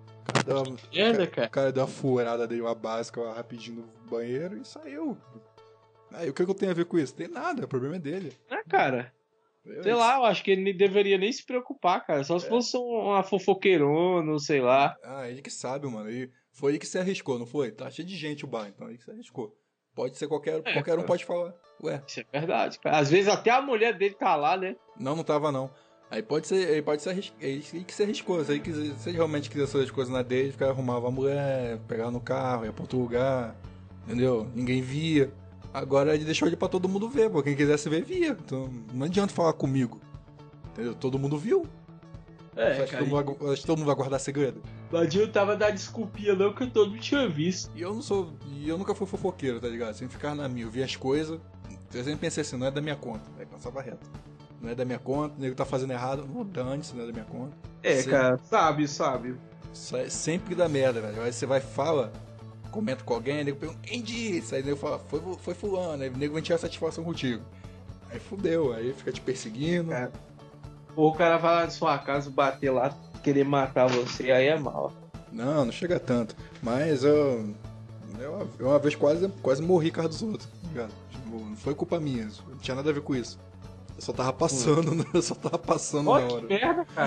O cara deu uma furada, deu uma básica lá, rapidinho no banheiro e saiu. Aí o que eu tenho a ver com isso? Tem nada, o problema é dele.
Cara. Sei lá, eu acho que ele nem deveria nem se preocupar, cara. Só se fosse uma fofoqueirona, sei lá.
Ele que sabe, mano. Foi ele que se arriscou, não foi? Tá cheio de gente o bar, então ele que se arriscou. Pode ser qualquer um pode falar. Ué.
Isso é verdade, cara. Às vezes até a mulher dele tá lá, né?
Não tava não. Aí pode ser ele que se arriscou. Se ele realmente quisesse fazer as coisas na dele, ficava arrumava a mulher, pegava no carro, ia pra outro lugar, entendeu? Ninguém via. Agora ele deixou ele pra todo mundo ver, pô. Quem quisesse ver, via. Então não adianta falar comigo. Entendeu? Todo mundo viu.
É,
Acho que
cara.
acho que todo mundo vai guardar segredo.
Não adiantava dar desculpinha não, que todo mundo tinha visto.
E eu nunca fui fofoqueiro, tá ligado? Sempre ficava na minha, eu via as coisas. Eu sempre pensei assim, não é da minha conta. Aí passava reto. Não é da minha conta, o nego tá fazendo errado, não dane-se, não é da minha conta.
É, cara, sabe.
Isso é sempre dá merda, velho. Aí você vai e fala, comenta com alguém, o nego pergunta, quem disse? Aí o nego fala, foi fulano, aí o nego vem tirar satisfação contigo. Aí fudeu, aí fica te perseguindo.
Cara. Ou o cara vai lá na sua casa bater lá, querer matar você, aí é mal.
Não chega tanto. Mas eu uma vez quase morri por causa dos outros, tá ligado? Tipo, não foi culpa minha, não tinha nada a ver com isso. Eu só tava passando, eu só tava passando
Ó,
na
que
hora.
merda, cara.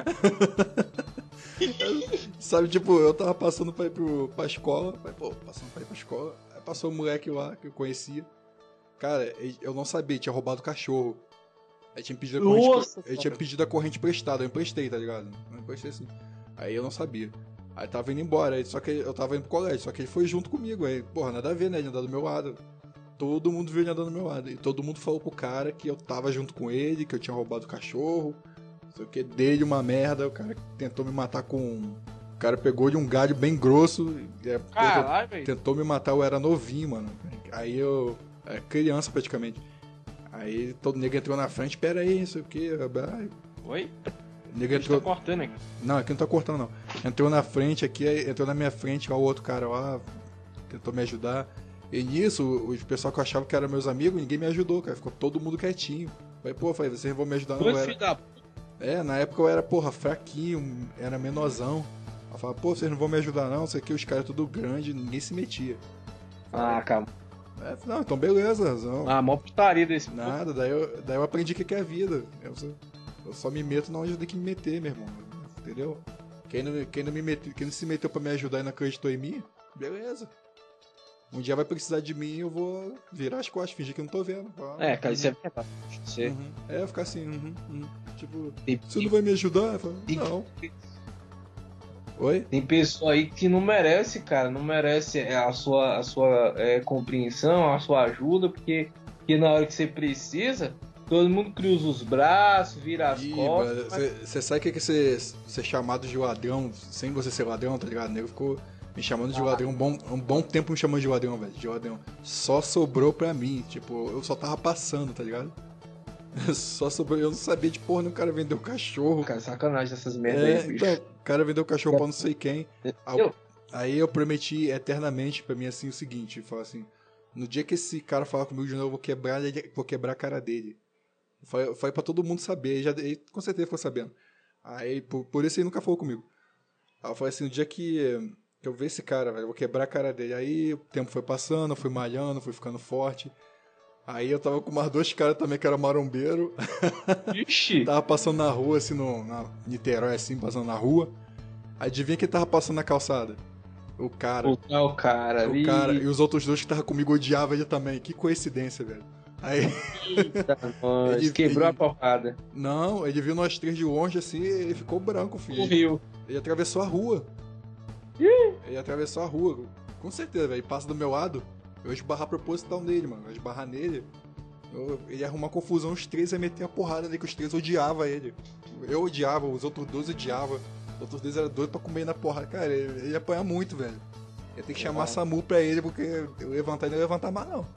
Sabe, tipo, eu tava passando pra ir pra escola, passando pra ir pra escola, aí passou um moleque lá que eu conhecia. Cara, eu não sabia, tinha roubado o cachorro. Aí tinha pedido a corrente,
Nossa,
ele tinha pedido a corrente emprestada, eu emprestei, tá ligado? Eu emprestei assim. Aí eu não sabia. Aí tava indo embora, só que eu tava indo pro colégio, só que ele foi junto comigo. Aí, porra, nada a ver, né? Ele andando do meu lado. Todo mundo viu ele andando do meu lado. E todo mundo falou pro cara que eu tava junto com ele, que eu tinha roubado o cachorro. Não sei o que, dei-lhe uma merda. O cara tentou me matar com. O cara pegou de um galho bem grosso.
Caralho, velho.
Tentou me matar, eu era novinho, mano. Aí eu. Era criança praticamente. Aí todo nego entrou na frente, pera aí, não sei o que.
Oi?
O nego
Ele
entrou.
tá cortando aqui.
Não, aqui não tá cortando não. Entrou na frente aqui, aí entrou na minha frente, ó, o outro cara lá, tentou me ajudar. E nisso, o pessoal que eu achava que eram meus amigos, ninguém me ajudou, cara. Ficou todo mundo quietinho. Falei, vocês vão me ajudar, não
Dois
era.
filhos da...
Na época eu era, porra, fraquinho, era menorzão. Eu falava, pô, vocês não vão me ajudar não, isso aqui, os caras tudo grande, ninguém se metia.
Ah, calma.
Não, então beleza, não.
Ah, mó putaria desse...
Nada, daí eu aprendi o que é a vida. Eu só me meto na onde eu tenho que me meter, meu irmão. Entendeu? Quem não se meteu pra me ajudar e não acreditou em mim, beleza. Um dia vai precisar de mim e eu vou virar as costas, fingir que eu não tô vendo.
É, cara, isso é verdade. Você...
Ficar assim, Tipo,
Tem-
você não vai me ajudar? Eu falo, não. Oi?
Tem pessoa aí que não merece, cara, não merece a sua compreensão, a sua ajuda, porque na hora que você precisa, todo mundo cruza os braços, vira as costas.
Você sabe o que é ser chamado de ladrão sem você ser ladrão, tá ligado? O nego ficou me chamando de ladrão um bom tempo me chamando de ladrão, velho. De ladrão. Só sobrou pra mim, tipo, eu só tava passando, tá ligado? Só sobrou, eu não sabia de porra, o cara vendeu cachorro.
Cara, sacanagem essas merdas aí, bicho.
Então, o cara vendeu cachorro pra não sei quem.
Eu-
Aí eu prometi eternamente pra mim assim o seguinte, falar assim, no dia que esse cara falar comigo de novo, eu vou quebrar a cara dele. Foi pra todo mundo saber, ele com certeza ficou sabendo. Aí, por isso ele nunca falou comigo. Aí eu falei assim, no dia que eu ver esse cara, velho, eu vou quebrar a cara dele. Aí o tempo foi passando, eu fui malhando, fui ficando forte. Aí eu tava com mais dois caras também que eram marombeiro.
Ixi!
Tava passando na rua, assim, na Niterói, assim, passando na rua. Adivinha quem tava passando na calçada? O cara.
O cara,
O cara. E os outros dois que tava comigo odiavam ele também. Que coincidência, velho. Aí.
Eita, nós,
Ele-
quebrou
ele-
a porrada.
Não, ele viu nós três de longe, assim, ele ficou branco, filho.
Correu.
Ele atravessou a rua. Ele atravessou a rua. Com certeza, velho. Ele passa do meu lado. Eu ia esbarrar proposital nele, mano. Eu ia esbarrar nele. Ele ia arrumar confusão, os três iam meter a porrada ali, que os três odiavam ele. Eu odiava, os outros dois odiavam. Os outros dois eram doidos pra comer na porrada. Cara, ele ia apanhar muito, velho. Ia ter que chamar a SAMU pra ele, porque eu levantar, ele não ia levantar mais, não.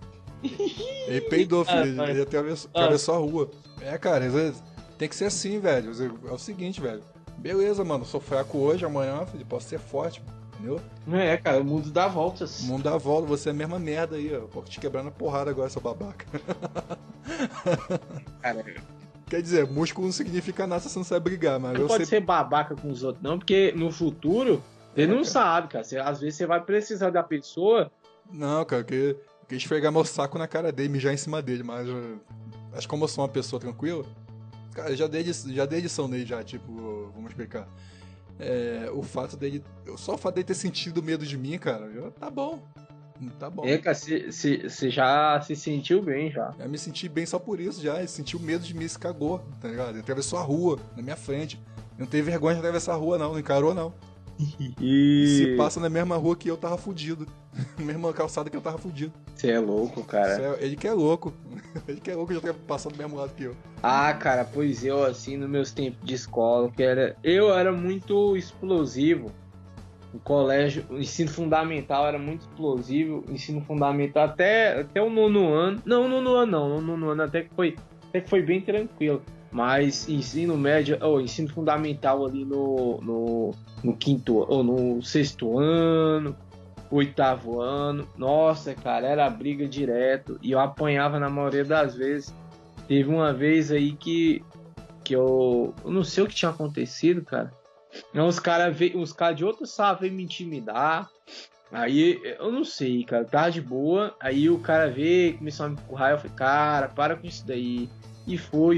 Ele peidou, filho. Ele atravessou a rua. Cara, às vezes tem que ser assim, velho. É o seguinte, velho. Beleza, mano, sou fraco hoje, amanhã, filho, posso ser forte, entendeu?
Não é, cara, o mundo dá voltas.
O mundo dá a volta, você é a mesma merda aí, ó. Vou te quebrar na porrada agora, seu babaca.
Cara,
Quer dizer, músculo não significa nada se você não sabe brigar, mas
não
eu
pode
sei...
ser babaca com os outros, não, porque no futuro, ele não sabe, cara. Às vezes você vai precisar da pessoa.
Não, cara, eu queria esfregar meu saco na cara dele, mijar em cima dele, mas acho que como eu sou uma pessoa tranquila, cara, eu já dei edição nele já, tipo, vamos explicar. Só o fato dele ter sentido medo de mim, cara, tá bom. Tá bom.
Cara, você já se sentiu bem já.
Eu me senti bem só por isso já. Ele sentiu medo de mim, se cagou, tá ligado? Ele atravessou a rua na minha frente. Não teve vergonha de atravessar a rua, não. Não encarou, não. E se passa na mesma rua que eu tava fudido. Na mesma calçada que eu tava fudido.
Você é louco, cara.
Ele que é louco. Ele que é louco, já tá passando do mesmo lado que eu.
Ah, cara, pois eu, assim, nos meus tempos de escola, eu era muito explosivo. O colégio, o ensino fundamental era muito explosivo. O ensino fundamental até o nono ano. Não, nono ano não. No nono ano até que foi bem tranquilo. Mas ensino médio, ensino fundamental ali no quinto, ou no sexto ano, oitavo ano, nossa, cara, era briga direto e eu apanhava na maioria das vezes. Teve uma vez aí que eu não sei o que tinha acontecido, cara. Os caras de outra sala veio me intimidar. Aí eu não sei, cara, tava de boa. Aí o cara veio, começou a me empurrar. Eu falei, cara, para com isso daí. E foi.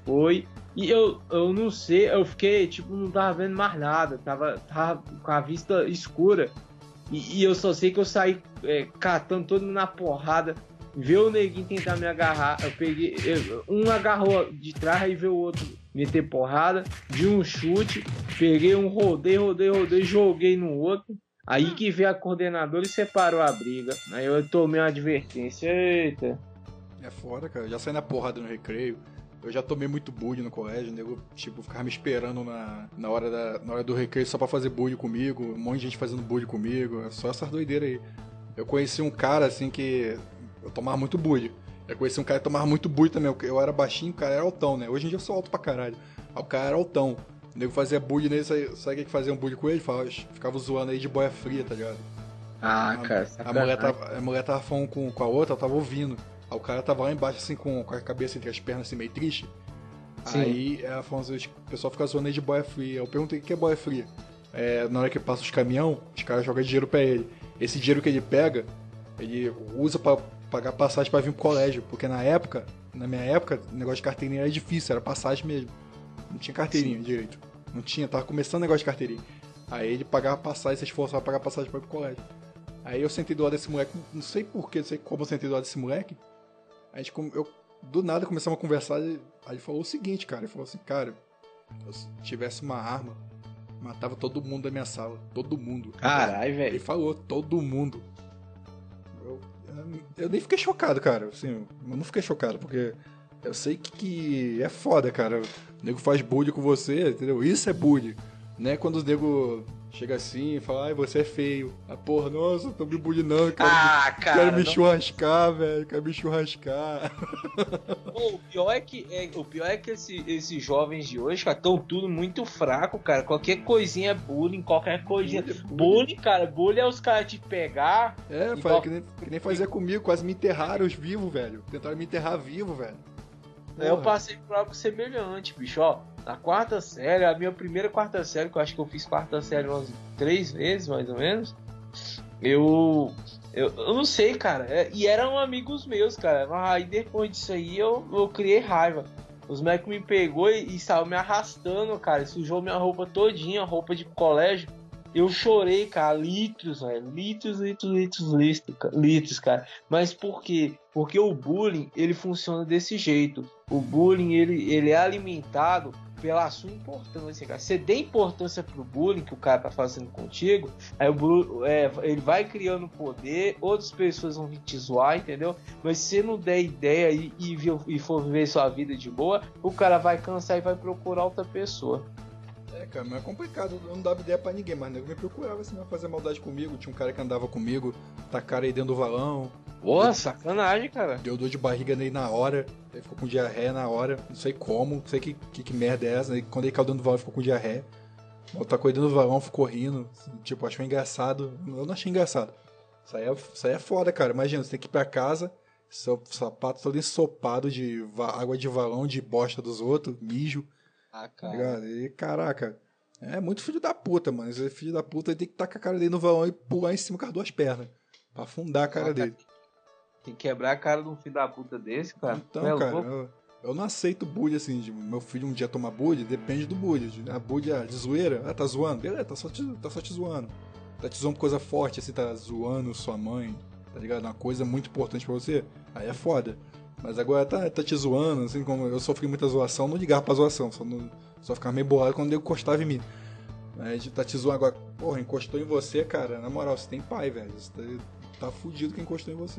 E eu não sei, eu fiquei, tipo, não tava vendo mais nada. Tava com a vista escura. E eu só sei que eu saí catando todo mundo na porrada. Veio o neguinho tentar me agarrar. Eu peguei. Um agarrou de trás e veio o outro meter porrada. De um chute. Peguei um rodei, joguei no outro. Aí que veio a coordenadora e separou a briga. Aí eu tomei uma advertência. Eita.
É foda, cara. Eu já saí na porrada no recreio. Eu já tomei muito bullying no colégio, nego, tipo, ficava me esperando na hora do recreio só pra fazer bullying comigo, um monte de gente fazendo bullying comigo, é só essas doideiras aí. Eu conheci um cara, assim, que eu tomava muito bullying. Eu conheci um cara que tomava muito bullying também, eu era baixinho, o cara era altão, né? Hoje em dia eu sou alto pra caralho. Aí o cara era altão. O nego fazia bullying nele, sabe o que fazia um bullying com ele? Ficava zoando aí de boia fria, tá ligado?
Ah, cara,
a mulher tava falando com a outra, ela tava ouvindo. Aí o cara tava lá embaixo, assim, com a cabeça entre as pernas, assim, meio triste. Sim. Aí ela falou assim, o pessoal fica zoando aí de boia fria. Eu perguntei o que é boia fria. Na hora que passa os caminhão, os caras jogam dinheiro pra ele. Esse dinheiro que ele pega, ele usa pra pagar passagem pra vir pro colégio. Porque na minha época, o negócio de carteirinha era difícil, era passagem mesmo. Não tinha carteirinha direito. Não tinha, tava começando o negócio de carteirinha. Aí ele pagava passagem, se esforçava pra pagar passagem pra ir pro colégio. Aí eu sentei do lado desse moleque, não sei porquê, não sei como eu sentei do lado desse moleque. Do nada começamos a conversar, aí ele falou o seguinte, cara, ele falou assim, cara, se tivesse uma arma, matava todo mundo da minha sala, todo mundo.
Caralho, velho.
Ele falou, todo mundo. Eu nem fiquei chocado, cara, assim, eu não fiquei chocado, porque eu sei que é foda, cara, o nego faz bullying com você, entendeu? Isso é bullying, né? Quando os nego chega assim e fala, ai, você é feio. Ah, porra, nossa, tô me bullyingando, quero me churrascar, velho, quero me churrascar.
O pior é que esses jovens de hoje, cara, estão tudo muito fraco, cara. Qualquer coisinha é bullying, qualquer coisinha. Bullying, cara, bullying é os caras te pegar.
Que nem fazia comigo, quase me enterraram os vivos, velho. Tentaram me enterrar vivo, velho.
Porra. Eu passei por algo semelhante, bicho, ó. Na quarta série, a minha primeira quarta série, que eu acho que eu fiz quarta série umas 3 vezes, mais ou menos. Eu não sei, cara. E eram amigos meus, cara. Aí depois disso aí eu criei raiva. Os moleques me pegou e saiu me arrastando, cara. Sujou minha roupa todinha, roupa de colégio. Eu chorei, cara, litros, velho. Litros, cara. Mas por quê? Porque o bullying, ele funciona desse jeito. O bullying, ele é alimentado pela sua importância, cara. Você dê importância pro bullying que o cara tá fazendo contigo, aí ele vai criando poder, outras pessoas vão vir te zoar, entendeu? Mas se você não der ideia e for viver sua vida de boa, o cara vai cansar e vai procurar outra pessoa.
Cara, mas é complicado, eu não dava ideia pra ninguém, mas nego me procurava assim, pra fazer maldade comigo. Tinha um cara que andava comigo, tacaram aí dentro do valão.
Pô, sacanagem, cara.
Deu dor de barriga nele na hora, ele ficou com diarreia na hora, não sei como, não sei que merda é essa. Quando ele caiu dentro do valão, ele ficou com diarreia. Tacou ele dentro do valão, ficou rindo, tipo, achou engraçado. Eu não achei engraçado. Isso aí é foda, cara. Imagina, você tem que ir pra casa, seu sapato todo ensopado de água de valão, de bosta dos outros, mijo.
Ah, cara.
E caraca, é muito filho da puta, mano. Esse filho da puta ele tem que tacar a cara dele no valão e pular em cima com as duas pernas. Pra afundar a cara dele.
Tem que quebrar a cara de um filho da puta desse, cara.
Então, cara, eu não aceito bullying assim. De meu filho um dia tomar bullying, depende do bullying. A bullying de zoeira, tá zoando? Beleza, tá só te zoando. Tá te zoando por coisa forte, assim, tá zoando sua mãe, tá ligado? Uma coisa muito importante pra você. Aí é foda. Mas agora tá te zoando, assim como eu sofri muita zoação, não ligava pra zoação, só ficava meio bolado quando ele encostava em mim. A gente tá te zoando agora. Porra, encostou em você, cara. Na moral, você tem pai, velho. Você tá fudido que encostou em você.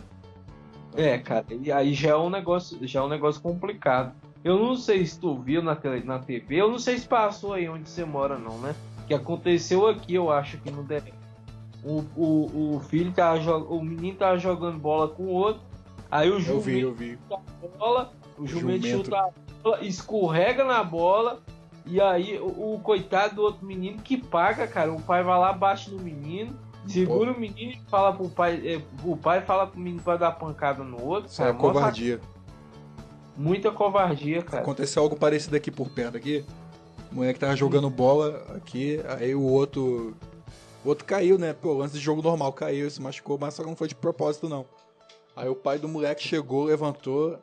Cara, e aí já é um negócio complicado. Eu não sei se tu viu na TV, eu não sei se passou aí onde você mora não, né? Que aconteceu aqui, eu acho que no DF. O filho o menino tava jogando bola com o outro, aí o jumento
Eu vi.
chuta a bola, o jumento chuta a bola, escorrega na bola, e aí o coitado do outro menino que paga, cara, o pai vai lá, bate no menino, segura o menino e fala pro pai, o pai fala pro menino pra dar pancada no outro.
Isso é covardia.
Muita covardia, cara.
Aconteceu algo parecido aqui por perto aqui. O moleque tava jogando bola aqui, aí o outro caiu, né? Pô, antes de jogo normal caiu, se machucou, mas só não foi de propósito não. Aí o pai do moleque chegou, levantou,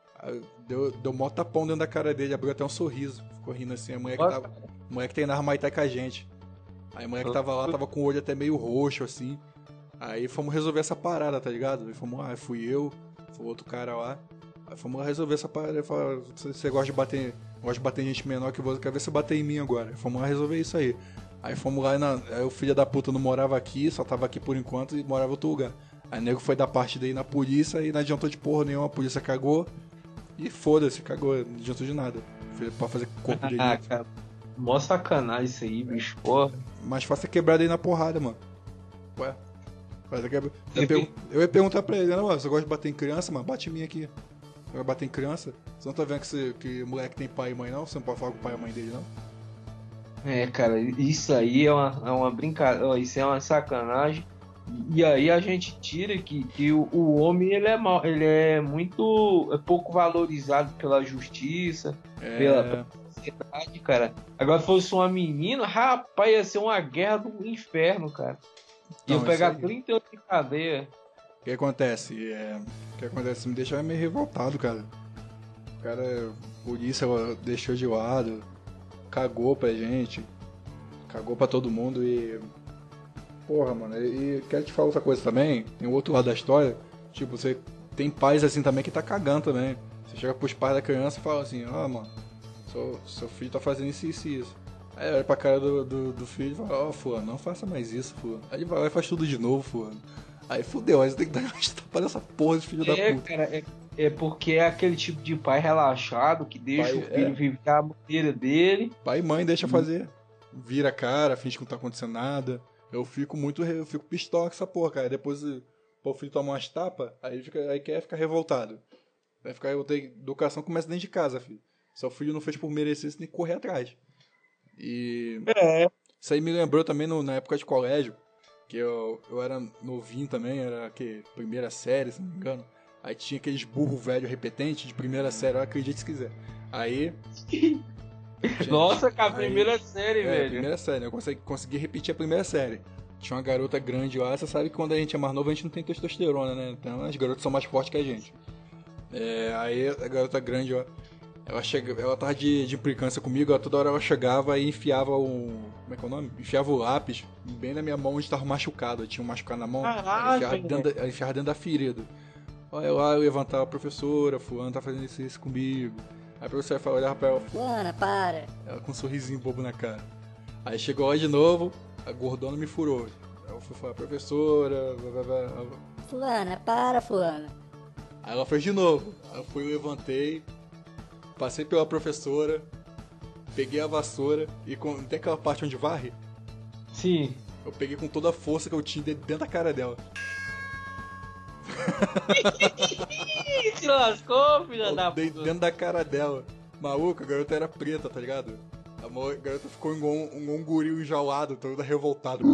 deu mó tapão dentro da cara dele, abriu até um sorriso. Ficou rindo assim, o moleque treinava Muay Thai com a gente. Aí o moleque tava lá, tava com o olho até meio roxo, assim. Aí fomos resolver essa parada, tá ligado? Aí fomos lá, fui eu, foi outro cara lá. Aí fomos lá resolver essa parada. Ele falou, você gosta de bater em gente menor que você, quer ver você bater em mim agora. Aí fomos lá resolver isso aí. Aí fomos lá aí o filho da puta não morava aqui, só tava aqui por enquanto e morava em outro lugar. Aí o nego foi da parte dele na polícia e não adiantou de porra nenhuma, a polícia cagou. E foda-se, cagou, não adiantou de nada. Pra fazer corpo dele.
Cara, mó sacanagem isso aí, bicho, porra.
Mas faça quebrada aí na porrada, mano. Ué? Faça quebrada. Eu ia perguntar pra ele, não, você gosta de bater em criança, mano? Bate em mim aqui. Você vai bater em criança? Você não tá vendo que o moleque tem pai e mãe, não? Você não pode falar com o pai e a mãe dele, não?
Cara, isso aí é uma brincadeira, isso é uma sacanagem. E aí a gente tira que o homem ele é muito pouco valorizado pela justiça, pela sociedade, cara. Agora se fosse uma menina, rapaz, ia ser uma guerra do inferno, cara. Ia pegar 30 anos de cadeia.
O que acontece? Me deixa meio revoltado, cara. O cara, a polícia deixou de lado, cagou pra gente, cagou pra todo mundo e... Porra, mano, e quero te falar outra coisa também, tem o outro lado da história, tipo, você tem pais assim também que tá cagando também. Você chega pros pais da criança e fala assim, mano, seu filho tá fazendo isso e isso. Aí olha pra cara do filho e fala, fulano, não faça mais isso, fulano. Aí ele vai lá e faz tudo de novo, fulano. Aí fudeu, aí você tem que dar uma estampada nessa porra de filho da puta.
Cara, é porque é aquele tipo de pai relaxado que deixa o filho viver a maneira dele.
Pai e mãe deixa fazer. Vira a cara, finge que não tá acontecendo nada. Eu fico pistola com essa porra, cara. Depois o filho toma umas tapas, aí quer ficar revoltado. Educação começa dentro de casa, filho. Se o filho não fez por merecer, você tem que correr atrás. E isso aí me lembrou também na época de colégio, que eu era novinho também, era primeira série, se não me engano. Aí tinha aqueles burro velho repetente de primeira série, eu acredito se quiser. Aí...
Nossa, cara, primeira série, velho.
Primeira série, eu consegui repetir a primeira série. Tinha uma garota grande lá, você sabe que quando a gente é mais novo a gente não tem testosterona, né? Então as garotas são mais fortes que a gente. Aí a garota grande, ó, ela tava de implicância comigo, toda hora ela chegava e enfiava como é que é o nome? Enfiava o lápis bem na minha mão onde tava machucado. Eu tinha um machucado na mão, ela enfiava dentro da ferida. Aí eu levantava a professora, fulano tá fazendo isso comigo. Aí a professora olhava pra ela,
Fulana, para.
Ela com um sorrisinho bobo na cara. Aí chegou lá de novo, a gordona me furou. Aí eu fui falar, professora...
Fulana, para, fulana.
Aí ela fez de novo. Aí eu fui, levantei, passei pela professora, peguei a vassoura e tem aquela parte onde varre?
Sim.
Eu peguei com toda a força que eu tinha dentro da cara dela.
Se lascou, filha da puta.
Dentro da cara dela. Maluco, a garota era preta, tá ligado? A garota ficou igual um goril enjaulado, toda revoltado.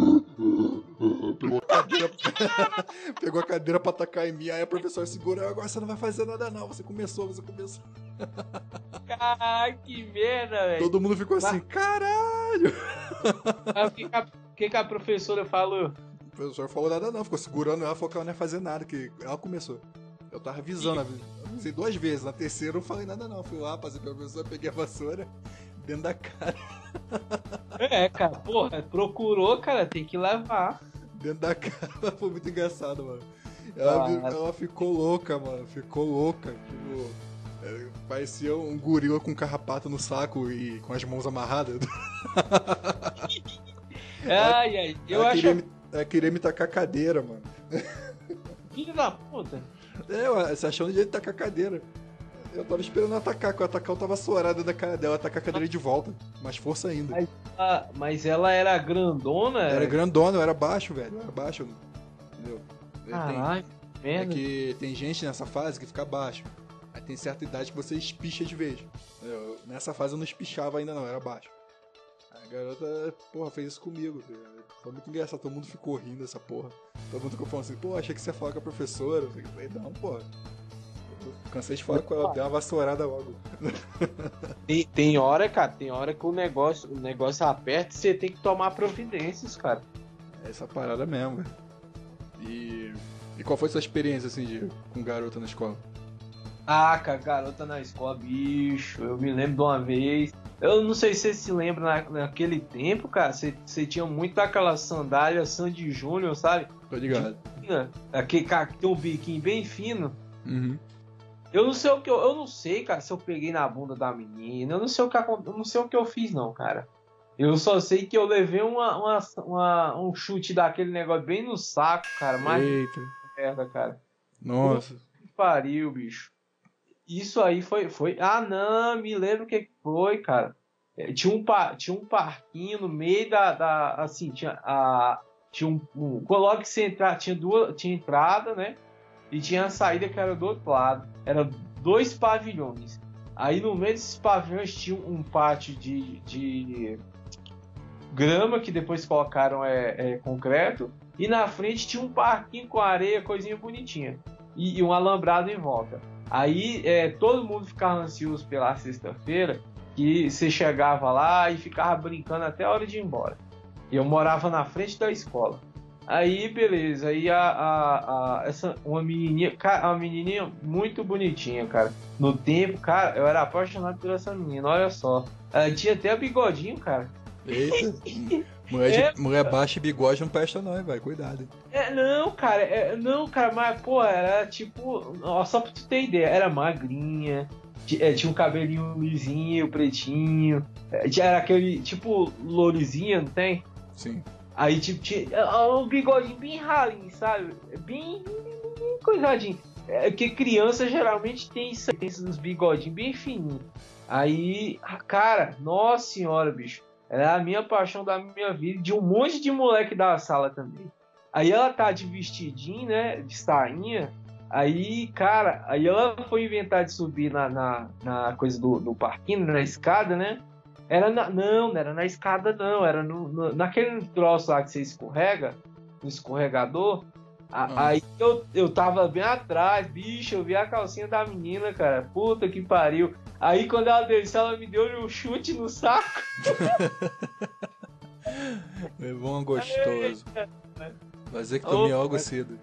Pegou a cadeira pra atacar em mim, aí a professora segurou, agora você não vai fazer nada não, você começou.
Caralho, que merda, velho.
Todo mundo ficou assim, caralho.
O que a professora falou?
A professora falou nada não, ficou segurando ela, falou que ela não ia fazer nada, que ela começou. Eu tava avisando, avisei 2 vezes, na terceira eu não falei nada não, fui lá, passei pela professora, peguei a vassoura dentro da cara.
Cara, porra, procurou, cara, tem que levar.
Dentro da cara, foi muito engraçado, mano. Ela ficou louca, mano, tipo, parecia um gorila com carrapato no saco e com as mãos amarradas.
Ai, ai. Eu
ela
acho.
ela queria me tacar a cadeira, mano.
Filho da puta.
Você achando de jeito de tacar a cadeira. Eu tava esperando ela atacar, quando ela atacar eu tava sorada da cara dela, atacar a cadeira de volta. Mais força ainda.
Mas ela era grandona?
Era grandona, eu era baixo, velho. Eu era baixo. Entendeu?
Caralho,
É
merda.
que tem gente nessa fase que fica baixo. Aí tem certa idade que você espicha de vez. Nessa fase eu não espichava ainda não, eu era baixo. A garota, porra, fez isso comigo. Foi muito engraçado, todo mundo ficou rindo dessa porra. Todo mundo ficou falando assim, pô, achei que você ia falar com a professora. Eu falei, não, porra. Eu cansei de falar com ela, deu uma vassourada logo.
Tem hora, cara, tem hora que o negócio aperta e você tem que tomar providências, cara.
É essa parada mesmo, velho. E qual foi sua experiência, assim, com garota na escola?
Ah, cara, garota na escola, bicho. Eu me lembro de uma vez. Eu não sei se você se lembra naquele tempo, cara. Você tinha muito aquela sandália Sandy Júnior, sabe?
Tô ligado.
Aquele cara que tem um biquinho bem fino.
Uhum.
Eu não sei eu não sei, cara, se eu peguei na bunda da menina. Eu não sei o que eu fiz, não, cara. Eu só sei que eu levei um chute daquele negócio bem no saco, cara. Mas
Eita.
merda, cara.
Nossa.
Que pariu, bicho. Isso aí foi. Ah, não, me lembro o que foi, cara. Tinha um parquinho no meio da assim, tinha logo que você entrar, tinha entrada, né? E tinha a saída que era do outro lado. Eram 2 pavilhões. Aí no meio desses pavilhões tinha um pátio de grama, que depois colocaram concreto. E na frente tinha um parquinho com areia, coisinha bonitinha. E um alambrado em volta. Aí todo mundo ficava ansioso pela sexta-feira, que você chegava lá e ficava brincando até a hora de ir embora. E eu morava na frente da escola. Aí, beleza. Aí uma menininha muito bonitinha, cara. No tempo, cara, eu era apaixonado por essa menina, olha só. Ela tinha até bigodinho, cara.
Eita. Mulher baixa e bigode não presta não, vai, cuidado.
Não, cara, mas, pô, era tipo... Ó, só pra tu ter ideia, era magrinha, tinha um cabelinho lisinho, pretinho, era aquele, tipo, lourizinha, não tem?
Sim.
Aí, tipo, tinha um bigodinho bem ralinho, sabe? Bem coisadinho. Porque criança geralmente tem esses bigodinhos bem fininhos. Aí, cara, nossa senhora, bicho. Era a minha paixão da minha vida, de um monte de moleque da sala também. Aí ela tá de vestidinho, né, de sainha. Aí, cara, aí ela foi inventar de subir na coisa do parquinho, na escada, né? Não era na escada, não. Era naquele troço lá que você escorrega, no escorregador. Aí eu tava bem atrás, bicho, eu vi a calcinha da menina, cara. Puta que pariu. Aí quando ela desceu, ela me deu um chute no saco.
É bom, gostoso. Vai dizer que tomei algo cedo.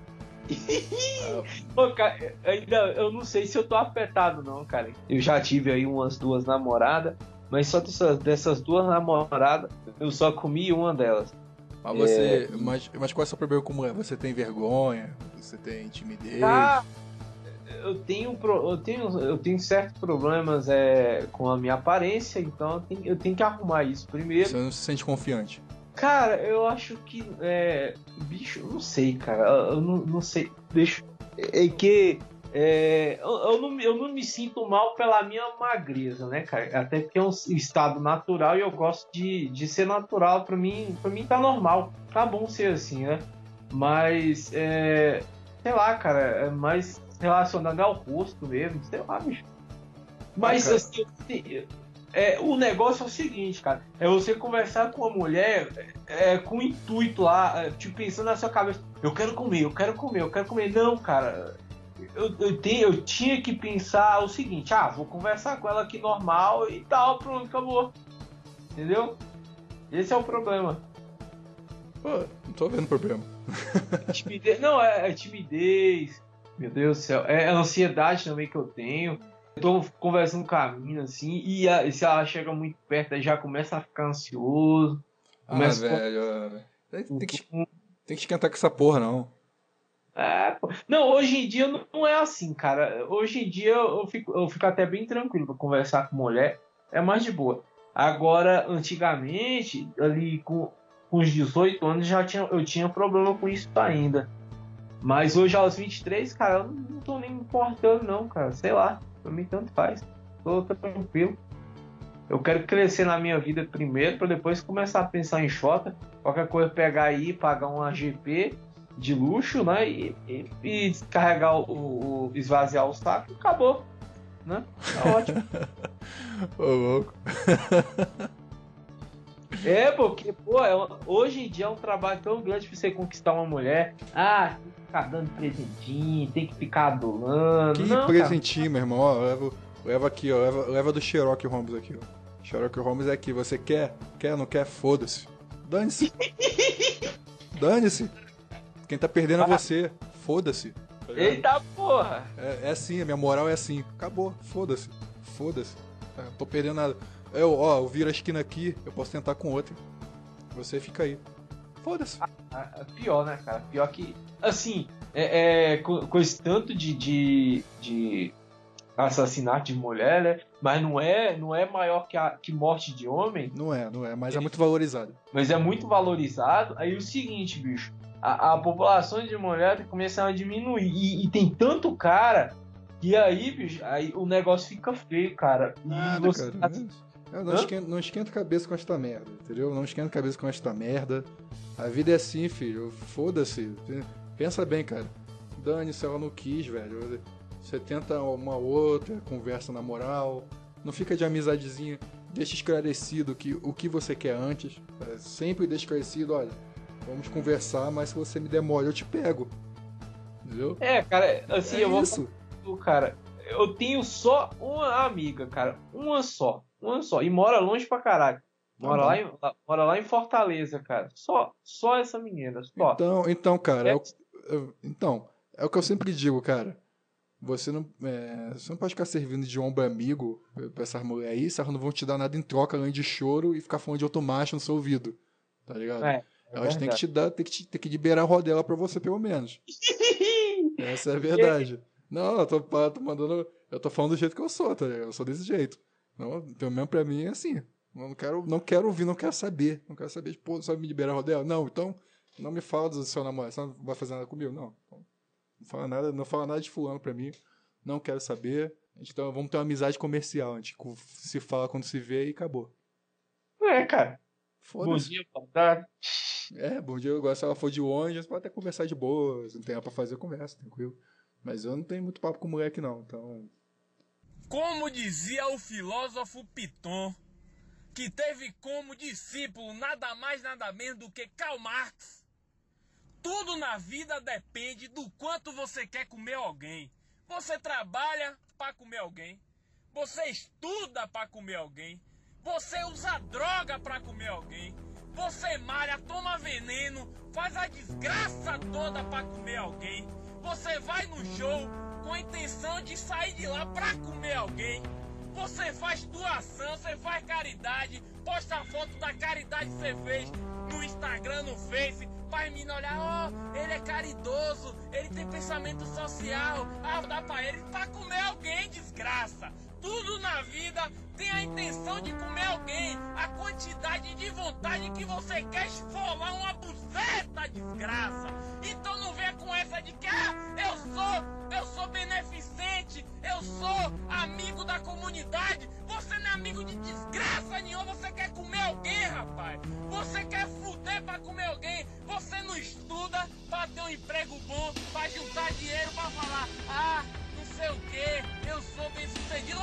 Pô, cara, eu não sei se eu tô afetado não, cara. Eu já tive aí umas 2 namoradas, mas só dessas 2 namoradas, eu só comi uma delas.
Mas você. Mas qual é o seu problema com mulher? Você tem vergonha? Você tem timidez?
Eu tenho certos problemas com a minha aparência, então eu tenho que arrumar isso primeiro.
Você não se sente confiante?
Cara, eu acho que bicho, eu não sei, cara. Eu não sei. Deixa. Eu não me sinto mal pela minha magreza, né, cara? Até porque é um estado natural e eu gosto de ser natural. Pra mim tá normal. Tá bom ser assim, né? Mas, sei lá, cara, é mais relacionado ao rosto mesmo, sei lá, bicho. Mas, assim, o negócio é o seguinte, cara. É você conversar com uma mulher com o intuito lá, tipo, pensando na sua cabeça. Eu quero comer. Não, cara. Eu tinha que pensar o seguinte: vou conversar com ela aqui normal e tal, pronto, acabou. Entendeu? Esse é o problema.
Pô, não tô vendo problema.
Timidez, não, é timidez. Meu Deus do céu. É a ansiedade também que eu tenho. Eu tô conversando com a mina assim, e se ela chega muito perto, aí já começa a ficar ansioso.
Velho. Tem que esquentar com essa porra, não.
Não, hoje em dia não é assim, cara. Hoje em dia eu fico até bem tranquilo pra conversar com mulher. É mais de boa. Agora, antigamente, ali com
com os 18 anos eu tinha problema com isso ainda. Mas hoje, aos 23, cara, eu não tô nem me importando, não, cara. Sei lá, pra mim tanto faz. Tô tranquilo. Eu quero crescer na minha vida primeiro, pra depois começar a pensar em xota. Qualquer coisa, pegar aí, pagar um AGP de luxo, né? E descarregar esvaziar o saco e acabou, né? Tá ótimo.
Ô, louco.
Porque, hoje em dia é um trabalho tão grande pra você conquistar uma mulher. Tem que ficar dando presentinho, tem que ficar adulando.
Que
não,
presentinho, meu irmão. Ó, leva aqui, ó. Leva do Sherlock Holmes aqui, ó. Sherlock Holmes é aqui. Você quer? Quer, não quer? Foda-se. Dane-se. Dane-se. Quem tá perdendo é você. Foda-se. Tá ligado?
Eita porra!
É assim, a minha moral é assim. Acabou. Foda-se. Foda-se. Não tô perdendo nada. Eu viro a esquina aqui, eu posso tentar com outra. Você fica aí. Foda-se.
Pior, né, cara? Pior que, assim, com esse tanto de assassinato de mulher, né? Mas não é maior que morte de homem.
Não é, mas é muito valorizado.
Mas é muito valorizado. Aí o seguinte, bicho, a população de mulher tá começando a diminuir. E tem tanto cara que aí, bicho, aí o negócio fica feio, cara.
Nada,
você...
cara. Não esquenta a cabeça com esta merda, entendeu? Não esquenta a cabeça com esta merda. A vida é assim, filho. Foda-se. Pensa bem, cara. Dane-se, ela não quis, velho. Você tenta uma outra, conversa na moral. Não fica de amizadezinha. Deixa esclarecido o que você quer antes. Sempre deixa esclarecido, olha, vamos conversar, mas se você me der mole, eu te pego. Entendeu?
Cara, assim,
eu vou...
Cara, eu tenho só uma amiga, cara. Uma só. E mora longe pra caralho. Mora lá em Fortaleza, cara. Só essa menina. Só.
Então, cara, é o que eu sempre digo, cara. Você não pode ficar servindo de ombro amigo pra essas mulheres aí, se elas não vão te dar nada em troca além de choro e ficar falando de outro macho no seu ouvido. Tá ligado? Elas têm que te dar, tem que liberar a rodela pra você, pelo menos. Essa é a verdade. Não, eu tô falando do jeito que eu sou, tá ligado? Eu sou desse jeito. Não, pelo menos pra mim é assim. Eu não quero ouvir, não quero saber. Não quero saber, pô, só me liberar a rodela? Não, então não me fala do seu namorado. Você não vai fazer nada comigo? Não. Não fala nada de fulano pra mim. Não quero saber. Então vamos ter uma amizade comercial. A gente se fala quando se vê e acabou.
Cara.
Foda-se.
Bom dia, boa tarde.
Bom dia. Agora se ela for de longe, você pode até conversar de boa. Se não tem nada pra fazer, conversa, tranquilo. Mas eu não tenho muito papo com moleque, não. Então...
Como dizia o filósofo Piton, que teve como discípulo nada mais nada menos do que Karl Marx, tudo na vida depende do quanto você quer comer alguém. Você trabalha para comer alguém, você estuda para comer alguém, você usa droga para comer alguém, você malha, toma veneno, faz a desgraça toda para comer alguém. Você vai no show com a intenção de sair de lá pra comer alguém. Você faz doação, você faz caridade, posta a foto da caridade que você fez no Instagram, no Face, pra menina olhar, ele é caridoso, ele tem pensamento social, dá pra ele pra comer alguém, desgraça. Tudo na vida tem a intenção de comer alguém, a quantidade de vontade que você quer esfolar uma buceta, desgraça. Então não venha com essa de que eu sou beneficente, eu sou amigo da comunidade. Você não é amigo de desgraça nenhuma, você quer comer alguém, rapaz. Você quer fuder pra comer alguém. Você não estuda pra ter um emprego bom, pra juntar dinheiro, pra falar, não sei o que, eu sou bem sucedido.